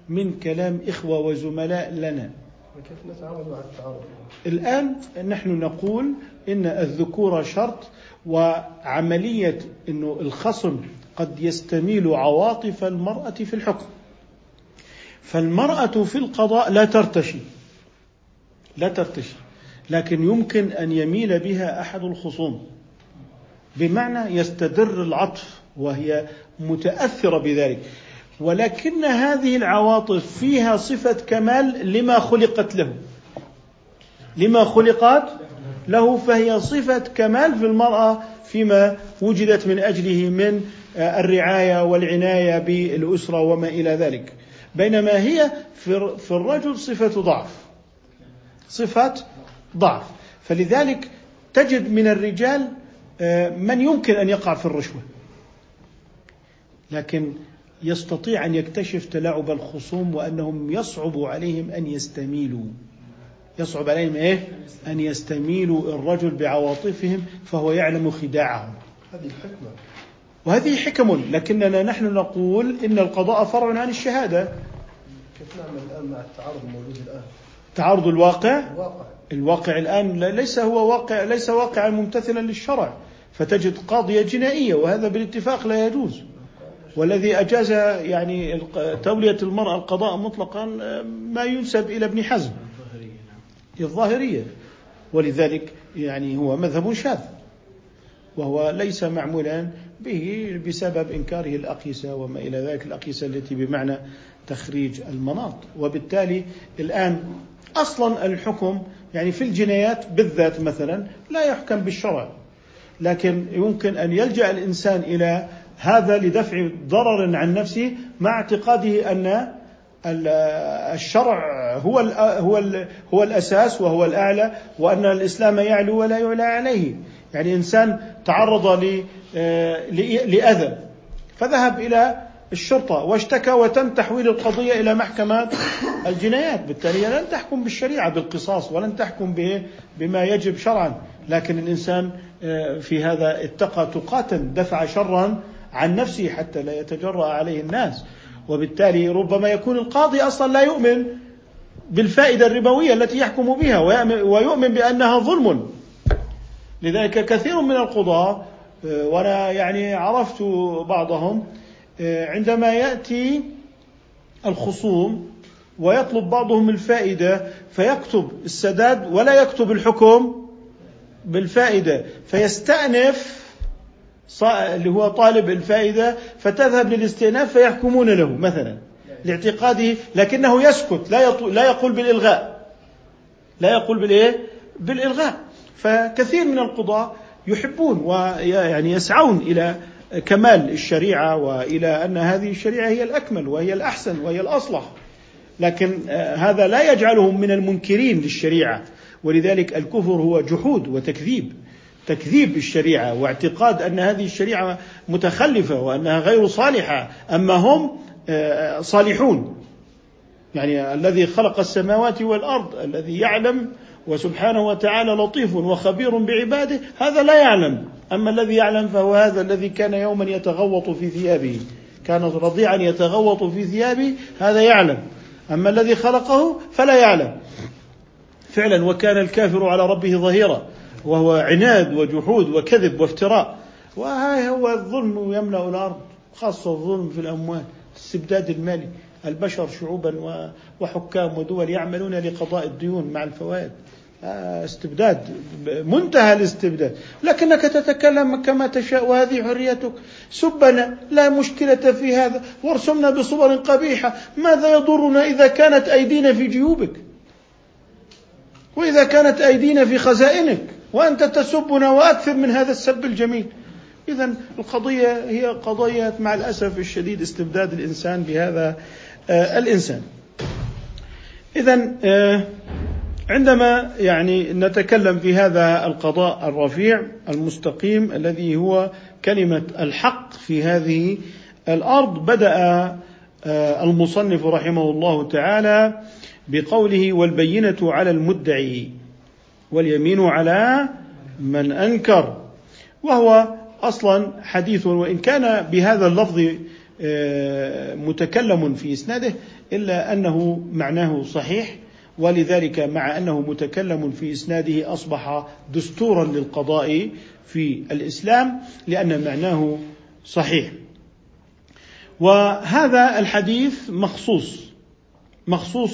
من كلام إخوة وزملاء لنا. كيف نتعامل مع التعارض؟ الآن نحن نقول إن الذكورة شرط، وعملية إنه الخصم قد يستميل عواطف المرأة في الحكم، فالمرأة في القضاء لا ترتشي لا ترتشي لكن يمكن أن يميل بها أحد الخصوم، بمعنى يستدر العطف وهي متأثرة بذلك، ولكن هذه العواطف فيها صفة كمال لما خلقت له لما خلقت له فهي صفة كمال في المرأة فيما وجدت من أجله من الرعاية والعناية بالأسرة وما إلى ذلك، بينما هي في الرجل صفة ضعف صفة ضعف فلذلك تجد من الرجال من يمكن أن يقع في الرشوة، لكن يستطيع أن يكتشف تلاعب الخصوم وأنهم يصعب عليهم أن يستميلوا يصعب عليهم إيه؟ أن يستميلوا الرجل بعواطفهم، فهو يعلم خداعهم. هذه الحكمة وهذه حكم، لكننا نحن نقول إن القضاء فرع عن الشهادة. كيف نعمل الآن مع التعارض الموجود الآن؟ تعارض الواقع الواقع, الواقع الآن ليس هو واقع ليس واقعا ممتثلا للشرع، فتجد قاضية جنائية، وهذا بالاتفاق لا يجوز. والذي أجاز يعني تولية المرأة القضاء مطلقا ما ينسب إلى ابن حزم الظاهرية، ولذلك يعني هو مذهب شاذ، وهو ليس معمولا به بسبب إنكاره الأقيسة وما إلى ذلك، الأقيسة التي بمعنى تخريج المناط. وبالتالي الآن أصلا الحكم يعني في الجنايات بالذات مثلا لا يحكم بالشرع، لكن يمكن أن يلجأ الإنسان إلى هذا لدفع ضرر عن نفسه مع اعتقاده أن الشرع هو هو هو الأساس وهو الأعلى، وأن الإسلام يعلو ولا يعلى عليه. يعني إنسان تعرض لأذى فذهب إلى الشرطة واشتكى وتم تحويل القضية إلى محكمة الجنايات، بالتالي لن تحكم بالشريعة بالقصاص ولن تحكم بما يجب شرعا، لكن الإنسان في هذا اتقى تقاتا دفع شرا عن نفسه حتى لا يتجرأ عليه الناس. وبالتالي ربما يكون القاضي أصلا لا يؤمن بالفائدة الربوية التي يحكم بها ويؤمن بأنها ظلم. لذلك كثير من القضاة، وأنا يعني عرفت بعضهم، عندما يأتي الخصوم ويطلب بعضهم الفائدة فيكتب السداد ولا يكتب الحكم بالفائدة، فيستأنف اللي هو طالب الفائدة فتذهب للاستئناف فيحكمون له مثلا لاعتقاده، لكنه يسكت لا لا يقول بالإلغاء لا يقول بالإيه بالإلغاء. فكثير من القضاة يحبون ويعني يسعون إلى كمال الشريعة وإلى أن هذه الشريعة هي الأكمل وهي الأحسن وهي الأصلح، لكن هذا لا يجعلهم من المنكرين للشريعة. ولذلك الكفر هو جحود وتكذيب تكذيب الشريعة واعتقاد أن هذه الشريعة متخلفة وأنها غير صالحة، أما هم صالحون. يعني الذي خلق السماوات والأرض الذي يعلم وسبحانه وتعالى لطيف وخبير بعباده، هذا لا يعلم. أما الذي يعلم فهو هذا الذي كان يوما يتغوط في ثيابه، كان رضيعا يتغوط في ثيابه، هذا يعلم. أما الذي خلقه فلا يعلم فعلا. وكان الكافر على ربه ظهيرا، وهو عناد وجحود وكذب وافتراء. وهذا هو الظلم يملأ الأرض، خاصة الظلم في الأموال، استبداد المال. البشر شعوبا وحكام ودول يعملون لقضاء الديون مع الفوائد، استبداد منتهى الاستبداد. لكنك تتكلم كما تشاء وهذه حريتك، سبنا لا مشكلة في هذا، وارسمنا بصور قبيحة، ماذا يضرنا إذا كانت أيدينا في جيوبك وإذا كانت أيدينا في خزائنك وأنت تسبنا وأكثر من هذا السب الجميل. إذن القضية هي قضية مع الأسف الشديد استبداد الإنسان بهذا آه الإنسان. إذن آه عندما يعني نتكلم في هذا القضاء الرفيع المستقيم الذي هو كلمة الحق في هذه الأرض، بدأ آه المصنف رحمه الله تعالى بقوله: والبينة على المدعي واليمين على من أنكر. وهو أصلا حديث، وإن كان بهذا اللفظ متكلم في إسناده إلا أنه معناه صحيح، ولذلك مع أنه متكلم في إسناده أصبح دستورا للقضاء في الإسلام لأن معناه صحيح. وهذا الحديث مخصوص مخصوص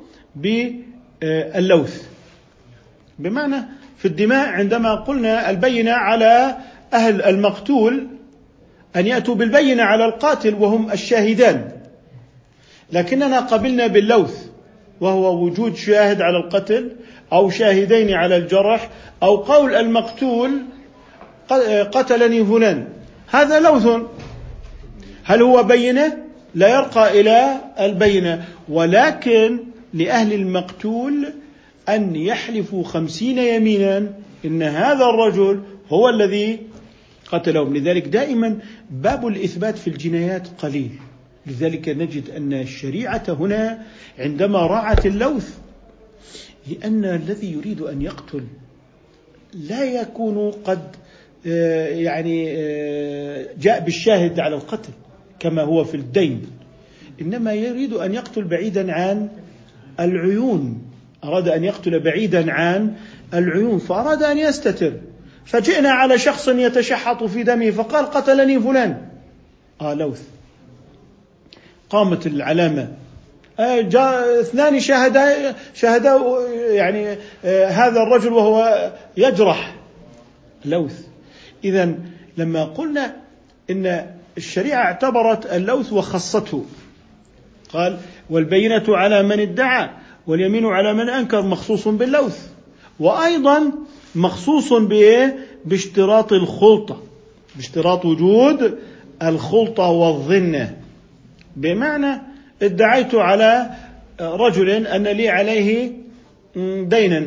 باللوث، بمعنى في الدماء عندما قلنا البينة على أهل المقتول أن يأتوا بالبينة على القاتل وهم الشاهدان، لكننا قبلنا باللوث وهو وجود شاهد على القتل أو شاهدين على الجرح أو قول المقتول قتلني فلان، هذا لوث. هل هو بينة؟ لا يرقى إلى البينة، ولكن لأهل المقتول أن يحلفوا خمسين يمينا إن هذا الرجل هو الذي قتلهم. لذلك دائما باب الإثبات في الجنايات قليل، لذلك نجد أن الشريعة هنا عندما راعت اللوث، لأن الذي يريد أن يقتل لا يكون قد يعني جاء بالشاهد على القتل كما هو في الدين، إنما يريد أن يقتل بعيدا عن العيون، أراد أن يقتل بعيدا عن العيون فأراد أن يستتر، فجئنا على شخص يتشحط في دمه فقال قتلني فلان، آه لوث. قامت العلامة، جاء اثنان شاهدا شاهدا يعني هذا الرجل وهو يجرح، لوث. إذن لما قلنا إن الشريعة اعتبرت اللوث وخصته، قال والبينة على من ادعى واليمين على من أنكر، مخصوص باللوث، وأيضا مخصوص بإيه؟ باشتراط الخلطة، باشتراط وجود الخلطة والظنة، بمعنى ادعيت على رجل أن لي عليه دينا،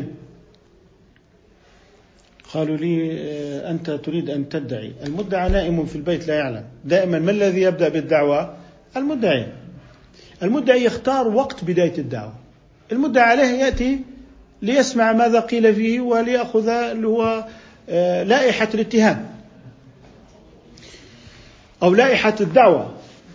قالوا لي أنت تريد أن تدعي، المدعى نائم في البيت لا يعلم. دائما ما الذي يبدأ بالدعوة؟ المدعي. المدعي يختار وقت بداية الدعوة، المدعى عليه يأتي ليسمع ماذا قيل فيه وليأخذ اللي هو لائحة الاتهام أو لائحة الدعوة.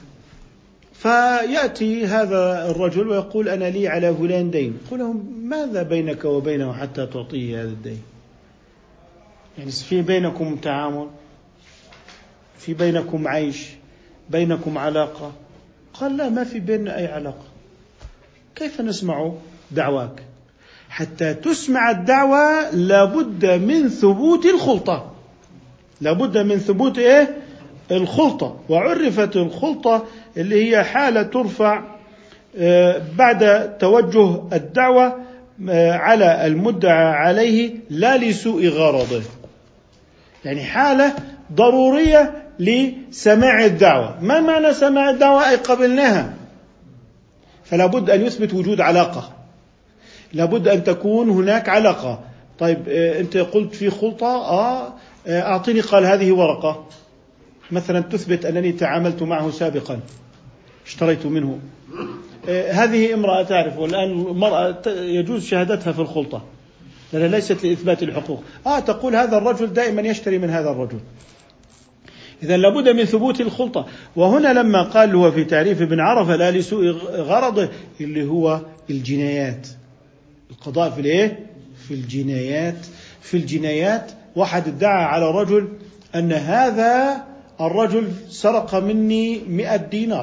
فيأتي هذا الرجل ويقول أنا لي على فلان دين، قل لهم ماذا بينك وبينه حتى تعطيه هذا الدين؟ يعني في بينكم تعامل، في بينكم عيش، بينكم علاقة؟ قال لا، ما في بيننا أي علاقة. كيف نسمع دعواك؟ حتى تسمع الدعوة لابد من ثبوت الخلطة، لابد من ثبوت إيه؟ الخلطة. وعرفت الخلطة اللي هي حالة ترفع بعد توجه الدعوة على المدعى عليه لا لسوء غرضه، يعني حالة ضرورية لسماع الدعوة. ما معنى سماع الدعوة؟ أي قبلناها، فلا بد أن يثبت وجود علاقة، لابد أن تكون هناك علاقة. طيب أنت قلت في خلطة، آه أعطيني، قال هذه ورقة مثلا تثبت أنني تعاملت معه سابقا، اشتريت منه. هذه امرأة تعرف، والآن المرأة يجوز شهادتها في الخلطة لأنها ليست لإثبات الحقوق. آه تقول هذا الرجل دائما يشتري من هذا الرجل. إذا لابد من ثبوت الخلطة. وهنا لما قال هو في تعريف ابن عرفة لا لسوء غرضه، اللي هو الجنايات، القضاء في الايه؟ في الجنايات. في الجنايات واحد ادعى على رجل أن هذا الرجل سرق مني مئة دينار،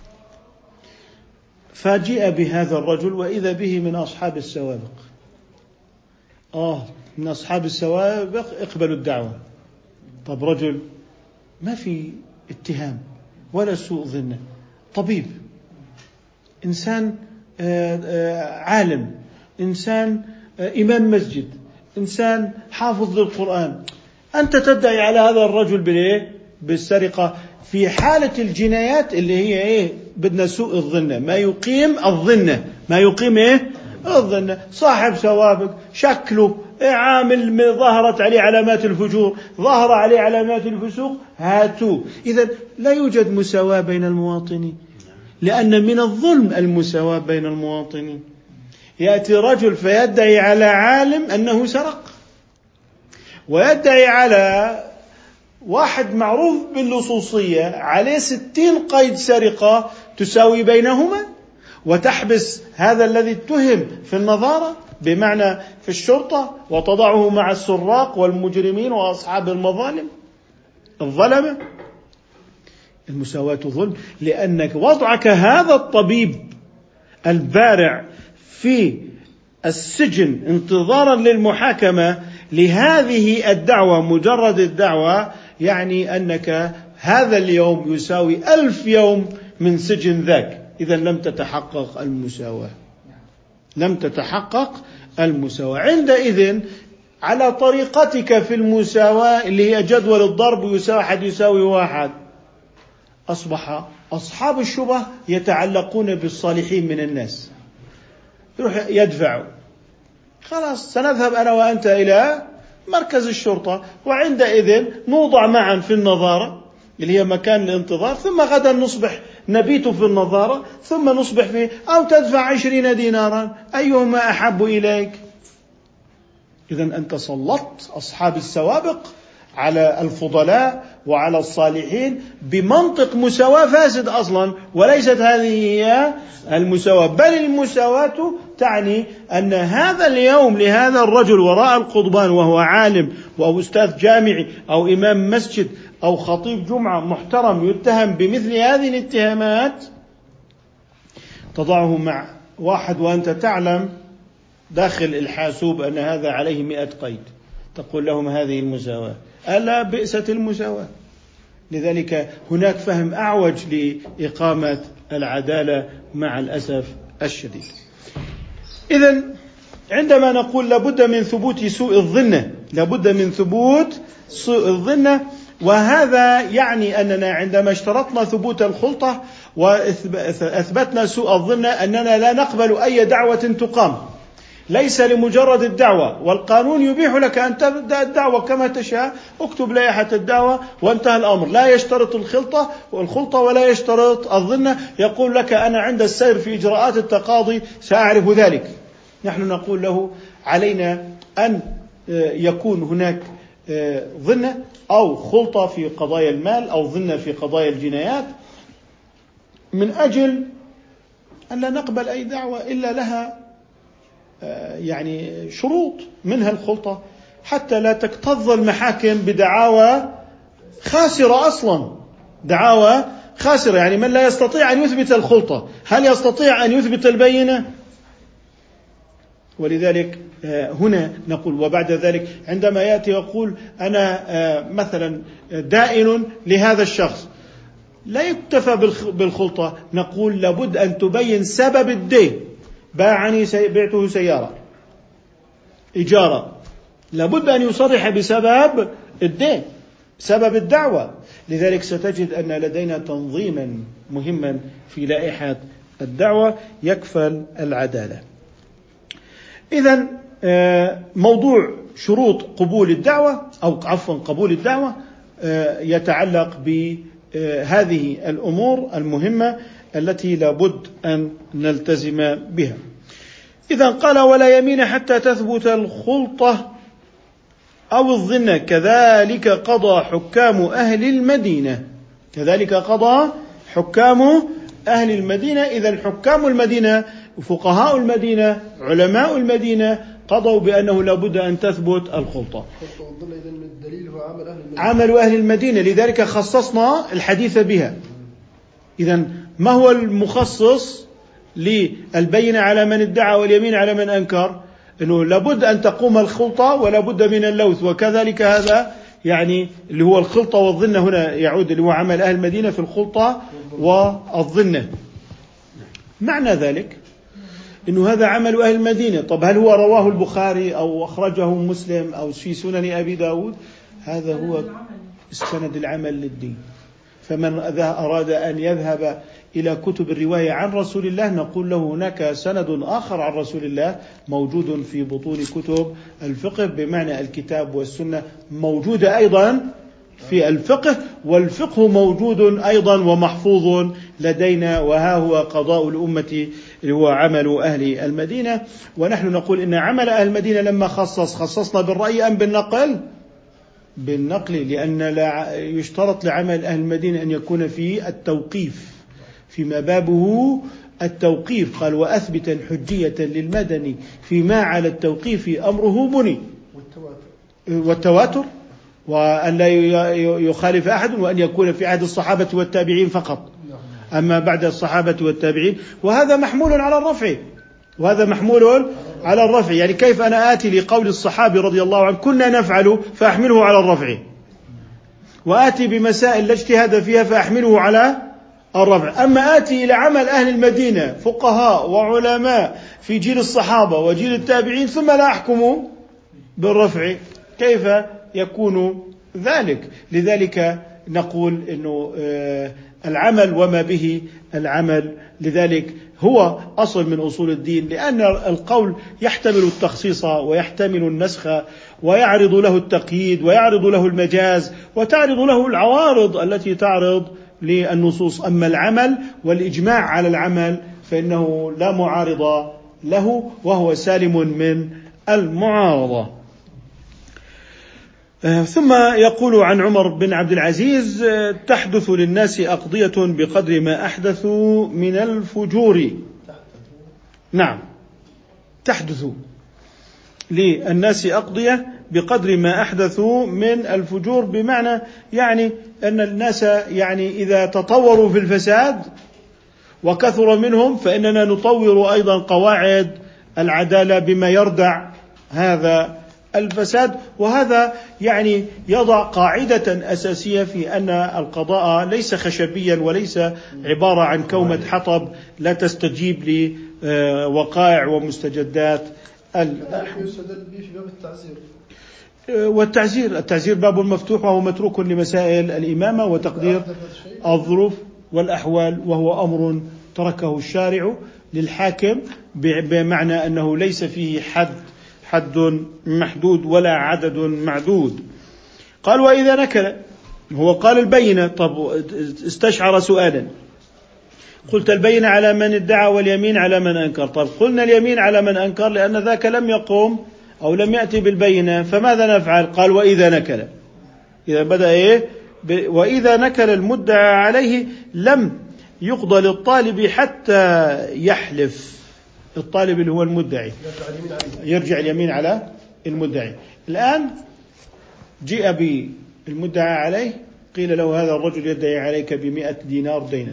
فجاء بهذا الرجل وإذا به من أصحاب السوابق. آه من أصحاب السوابق اقبلوا الدعوة. طب رجل ما في اتهام ولا سوء ظن، طبيب، إنسان عالم، إنسان إمام مسجد، إنسان حافظ للقرآن، أنت تدعي على هذا الرجل بالإيه؟ بالسرقة. في حالة الجنايات اللي هي إيه؟ بدنا سوء الظن، ما يقيم الظن، ما يقيم إيه؟ الظن. صاحب سوابق، شكله عامل ظهرت عليه علامات الفجور، ظهر عليه علامات الفسوق، هاتوا. إذن لا يوجد مساواة بين المواطنين، لأن من الظلم المساواة بين المواطنين. يأتي رجل فيدعي على عالم أنه سرق، ويدعي على واحد معروف باللصوصية عليه ستين قيد سرقة تساوي بينهما، وتحبس هذا الذي اتهم في النظارة بمعنى في الشرطة وتضعه مع السراق والمجرمين وأصحاب المظالم الظلمة. المساواة ظلم، لأنك وضعك هذا الطبيب البارع في السجن انتظارا للمحاكمة لهذه الدعوة، مجرد الدعوة يعني أنك هذا اليوم يساوي ألف يوم من سجن ذاك. إذا لم تتحقق المساواة، لم تتحقق المساواة. عندئذ على طريقتك في المساواة اللي هي جدول الضرب يساوي واحد يساوي واحد، أصبح أصحاب الشبه يتعلقون بالصالحين من الناس، يروح يدفعوا، خلاص سنذهب أنا وأنت إلى مركز الشرطة، وعندئذ نوضع معا في النظارة اللي هي مكان الانتظار، ثم غدا نصبح نبيت في النظارة، ثم نصبح فيه، أو تدفع عشرين دينارا، أيهما أحب إليك؟ إذن أنت سلطت أصحاب السوابق على الفضلاء وعلى الصالحين بمنطق مساواة فاسد أصلا، وليست هذه هي المساواة. بل المساواة تعني أن هذا اليوم لهذا الرجل وراء القضبان وهو عالم أو أستاذ جامعي أو إمام مسجد أو خطيب جمعة محترم يتهم بمثل هذه الاتهامات، تضعه مع واحد وأنت تعلم داخل الحاسوب أن هذا عليه مئة قيد، تقول لهم هذه المساواة؟ ألا بئست المساواة. لذلك هناك فهم أعوج لإقامة العدالة مع الأسف الشديد. إذن عندما نقول لابد من ثبوت سوء الظن، لابد من ثبوت سوء الظن، وهذا يعني أننا عندما اشترطنا ثبوت الخلطة وأثبتنا سوء الظن أننا لا نقبل أي دعوة تقام، ليس لمجرد الدعوة، والقانون يبيح لك أن تبدأ الدعوة كما تشاء، اكتب لائحة الدعوة وانتهى الأمر، لا يشترط الخلطة والخلطة ولا يشترط الظن، يقول لك أنا عند السير في إجراءات التقاضي سأعرف ذلك. نحن نقول له علينا أن يكون هناك ظن أو خلطة في قضايا المال أو ظن في قضايا الجنايات، من أجل أن لا نقبل أي دعوة إلا لها يعني شروط، منها الخلطة، حتى لا تكتظ المحاكم بدعاوى خاسرة أصلا، دعاوى خاسرة. يعني من لا يستطيع أن يثبت الخلطة هل يستطيع أن يثبت البينة؟ ولذلك هنا نقول، وبعد ذلك عندما يأتي يقول أنا مثلا دائن لهذا الشخص، لا يكتفى بالخلطة، نقول لابد أن تبين سبب الدين. باعني بعته سيارة إجارة، لابد أن يصرح بسبب الدين، سبب الدعوة. لذلك ستجد أن لدينا تنظيما مهما في لائحة الدعوة يكفل العدالة. إذن موضوع شروط قبول الدعوة أو عفوا قبول الدعوة يتعلق بهذه الأمور المهمة التي لابد أن نلتزم بها. إذا قال ولا يمين حتى تثبت الخلطة أو الظن، كذلك قضى حكام أهل المدينة، كذلك قضى حكام أهل المدينة. إذا حكام المدينة فقهاء المدينة علماء المدينة قضوا بأنه لابد أن تثبت الخلطة. عمل أهل المدينة، لذلك خصصنا الحديث بها. إذا ما هو المخصص للبينة على من ادعى واليمين على من أنكر؟ أنه لابد أن تقوم الخلطة ولا بد من اللوث، وكذلك هذا يعني اللي هو الخلطة والظن، هنا يعود اللي هو عمل أهل المدينة في الخلطة والظن. معنى ذلك أنه هذا عمل أهل المدينة. طب هل هو رواه البخاري أو أخرجه مسلم أو في سنن أبي داود؟ هذا هو السند العمل للدين. فمن أراد أن يذهب إلى كتب الرواية عن رسول الله نقول له هناك سند آخر عن رسول الله موجود في بطون كتب الفقه، بمعنى الكتاب والسنة موجودة أيضا في الفقه، والفقه موجود أيضا ومحفوظ لدينا، وها هو قضاء الأمة اللي هو عمل أهل المدينة. ونحن نقول إن عمل أهل المدينة لما خصص خصصنا بالرأي أم بالنقل؟ بالنقل، لأن لا يشترط لعمل أهل المدينة أن يكون في التوقيف، فيما بابه التوقيف. قال وأثبتا حجية للمدني فيما على التوقيف أمره بني. والتواتر والتواتر وأن لا يخالف أحد، وأن يكون في عهد الصحابة والتابعين فقط، أما بعد الصحابة والتابعين. وهذا محمول على الرفع، وهذا محمول على الرفع. يعني كيف أنا آتي لقول الصحابي رضي الله عنه كنا نفعل فأحمله على الرفع، وآتي بمسائل لا اجتهاد فيها فأحمله على الرفع، أما آتي إلى عمل أهل المدينة فقهاء وعلماء في جيل الصحابة وجيل التابعين ثم لا أحكم بالرفع، كيف يكون ذلك؟ لذلك نقول إنه العمل وما به العمل، لذلك هو أصل من أصول الدين، لأن القول يحتمل التخصيص ويحتمل النسخ ويعرض له التقييد ويعرض له المجاز وتعرض له العوارض التي تعرض للنصوص. أما العمل والإجماع على العمل فإنه لا معارض له، وهو سالم من المعارضة. ثم يقول عن عمر بن عبد العزيز تحدث للناس أقضية بقدر ما أحدثوا من الفجور. نعم، تحدث للناس أقضية بقدر ما أحدثوا من الفجور، بمعنى يعني أن الناس يعني إذا تطوروا في الفساد وكثر منهم فإننا نطور أيضا قواعد العدالة بما يردع هذا الفساد. وهذا يعني يضع قاعدة أساسية في أن القضاء ليس خشبيا وليس عبارة عن كومة حطب لا تستجيب لوقائع ومستجدات. يستدل به في باب التعزير، والتعزير التعزير باب مفتوح، وهو متروك لمسائل الإمامة وتقدير الظروف والأحوال، وهو أمر تركه الشارع للحاكم، بمعنى أنه ليس فيه حد حد محدود ولا عدد معدود. قال وإذا نكل، هو قال البينة. طب استشعر سؤالا، قلت البينة على من ادعى واليمين على من أنكر. طب قلنا اليمين على من أنكر لأن ذاك لم يقوم أو لم يأتي بالبينة، فماذا نفعل؟ قال وإذا نكل. إذا بدأ إيه؟ وإذا نكل المدعى عليه لم يقضى للطالب حتى يحلف. الطالب اللي هو المدعي يرجع اليمين على المدعي. الآن جاء بالمدعى عليه، قيل له هذا الرجل يدعي عليك بمئة دينار دينا.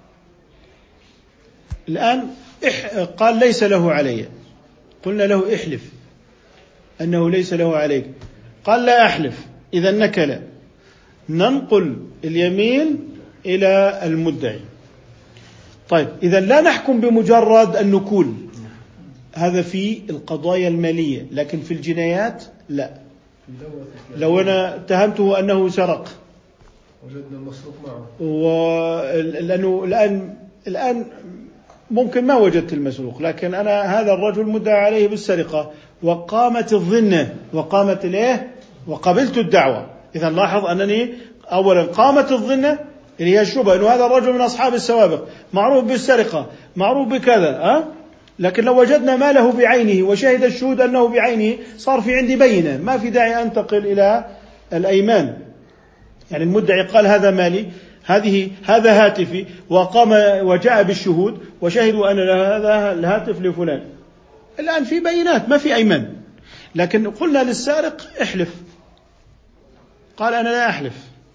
الآن قال ليس له علي، قلنا له احلف أنه ليس له عليك، قال لا أحلف. إذا نكل، ننقل اليمين إلى المدعي. طيب إذا لا نحكم بمجرد النكول، هذا في القضايا المالية، لكن في الجنايات لا. لو أنا اتهمته أنه سرق وجدنا المسروق معه، ولأنه الآن الآن ممكن ما وجدت المسروق، لكن أنا هذا الرجل مدعى عليه بالسرقة وقامت الظنة وقامت إليه وقبلت الدعوة. إذا لاحظ أنني أولا قامت الظنة اللي هي الشبهة أنه هذا الرجل من أصحاب السوابق، معروف بالسرقة، معروف بكذا، أه؟ لكن لو وجدنا ماله بعينه وشهد الشهود أنه بعينه صار في عندي بينة، ما في داعي أنتقل إلى الأيمان. يعني المدعي قال هذا مالي، هذه هذا هاتفي، وقام وجاء بالشهود وشهدوا أن هذا الهاتف لفلان. الآن في بينات، ما في أيمان. لكن قلنا للسارق احلف، قال أنا لا أحلف.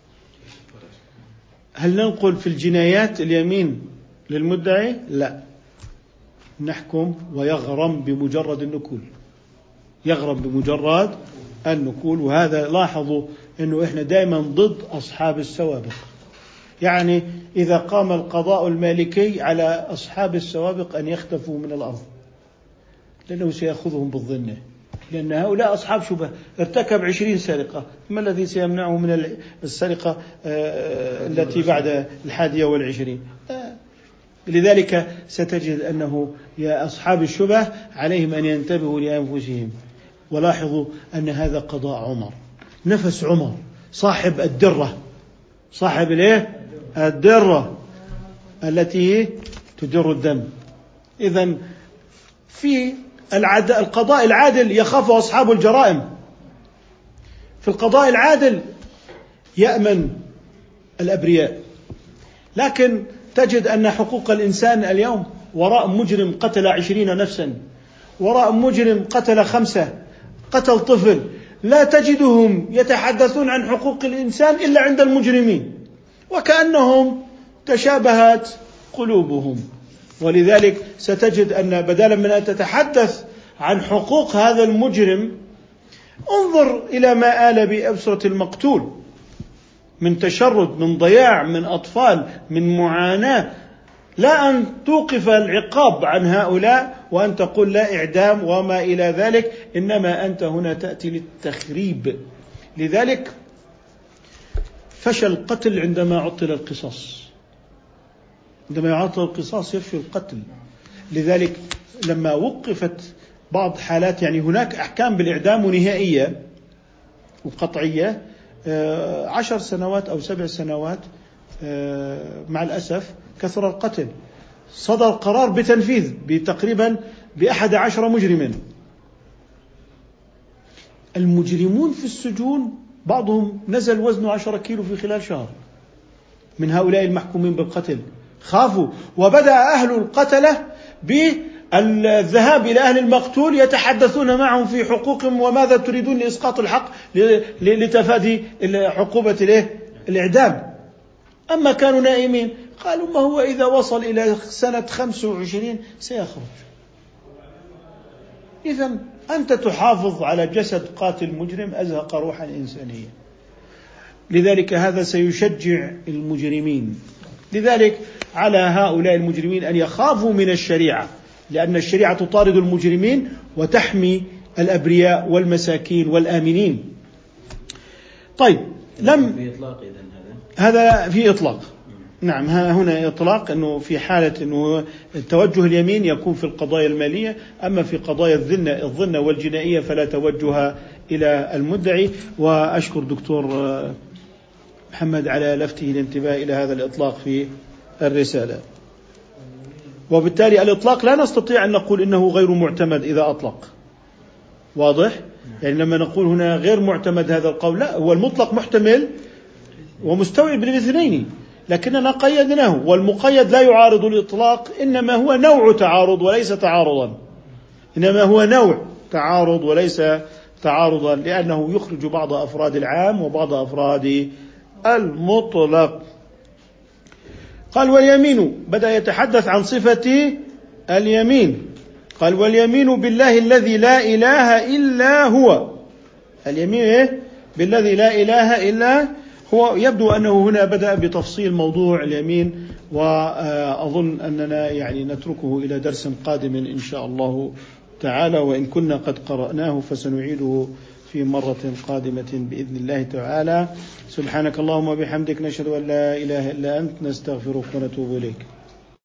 هل ننقل في الجنايات اليمين للمدعي؟ لا، نحكم ويغرم بمجرد النكول، يغرم بمجرد النكول. وهذا لاحظوا أنه إحنا دائما ضد أصحاب السوابق. يعني إذا قام القضاء المالكي على أصحاب السوابق أن يختفوا من الأرض، لأنه سيأخذهم بالظنة، لأن هؤلاء أصحاب شبه، ارتكب عشرين سرقة، ما الذي سيمنعه من السرقة التي بعد الحادية والعشرين؟ لذلك ستجد أنه يا أصحاب الشبه عليهم أن ينتبهوا لأنفسهم. ولاحظوا أن هذا قضاء عمر، نفس عمر صاحب الدرة، صاحب الايه؟ الدرة التي تدر الدم. إذن في القضاء العادل يخاف أصحاب الجرائم، في القضاء العادل يأمن الأبرياء، لكن تجد أن حقوق الإنسان اليوم وراء مجرم قتل عشرين نفسا، وراء مجرم قتل خمسة، قتل طفل، لا تجدهم يتحدثون عن حقوق الإنسان إلا عند المجرمين، وكأنهم تشابهت قلوبهم. ولذلك ستجد أن بدلا من أن تتحدث عن حقوق هذا المجرم، انظر إلى ما آل بأبصرة المقتول من تشرد، من ضياع، من أطفال، من معاناة. لا أن توقف العقاب عن هؤلاء وأن تقول لا إعدام وما إلى ذلك، إنما أنت هنا تأتي للتخريب. لذلك فشل القتل عندما عطل القصاص، عندما يعطل القصاص يفشل القتل. لذلك لما وقفت بعض حالات، يعني هناك أحكام بالإعدام نهائية وقطعية عشر سنوات أو سبع سنوات، مع الأسف كثر القتل، صدر قرار بتنفيذ بتقريبا بأحد عشر مجرما. المجرمون في السجون بعضهم نزل وزنه عشرة كيلو في خلال شهر من هؤلاء المحكومين بالقتل، خافوا، وبدأ أهل القتلة بالذهاب إلى أهل المقتول يتحدثون معهم في حقوقهم وماذا تريدون لإسقاط الحق لتفادي عقوبة الإعدام. أما كانوا نائمين قالوا ما هو إذا وصل إلى سنة خمسة وعشرين سيخرج. إذن أنت تحافظ على جسد قاتل مجرم أزهق روحا إنسانية. لذلك هذا سيشجع المجرمين. لذلك على هؤلاء المجرمين أن يخافوا من الشريعة، لأن الشريعة تطارد المجرمين وتحمي الأبرياء والمساكين والآمنين. طيب، لم في إطلاق إذن هذا هذا في إطلاق. نعم، هنا إطلاق أنه في حالة أنه التوجه اليمين يكون في القضايا المالية، أما في قضايا الذنة الظنة والجنائية فلا توجه إلى المدعي. وأشكر دكتور محمد على لفته الانتباه إلى هذا الإطلاق في الرسالة. وبالتالي الإطلاق لا نستطيع أن نقول إنه غير معتمد إذا أطلق، واضح؟ يعني لما نقول هنا غير معتمد هذا القول، لا، هو المطلق محتمل ومستوعب للاثنين، لكننا قيدناه، والمقيد لا يعارض الإطلاق، إنما هو نوع تعارض وليس تعارضا، إنما هو نوع تعارض وليس تعارضا، لأنه يخرج بعض أفراد العام وبعض أفراد المطلق. قال واليمين، بدأ يتحدث عن صفة اليمين، قال واليمين بالله الذي لا إله إلا هو. اليمين إيه؟ بالذي لا إله إلا هو. يبدو أنه هنا بدأ بتفصيل موضوع اليمين، وأظن أننا يعني نتركه إلى درس قادم إن شاء الله تعالى، وإن كنا قد قرأناه فسنعيده في مرة قادمة بإذن الله تعالى. سبحانك اللهم وبحمدك، نشهد أن لا إله إلا أنت، نستغفرك ونتوب إليك.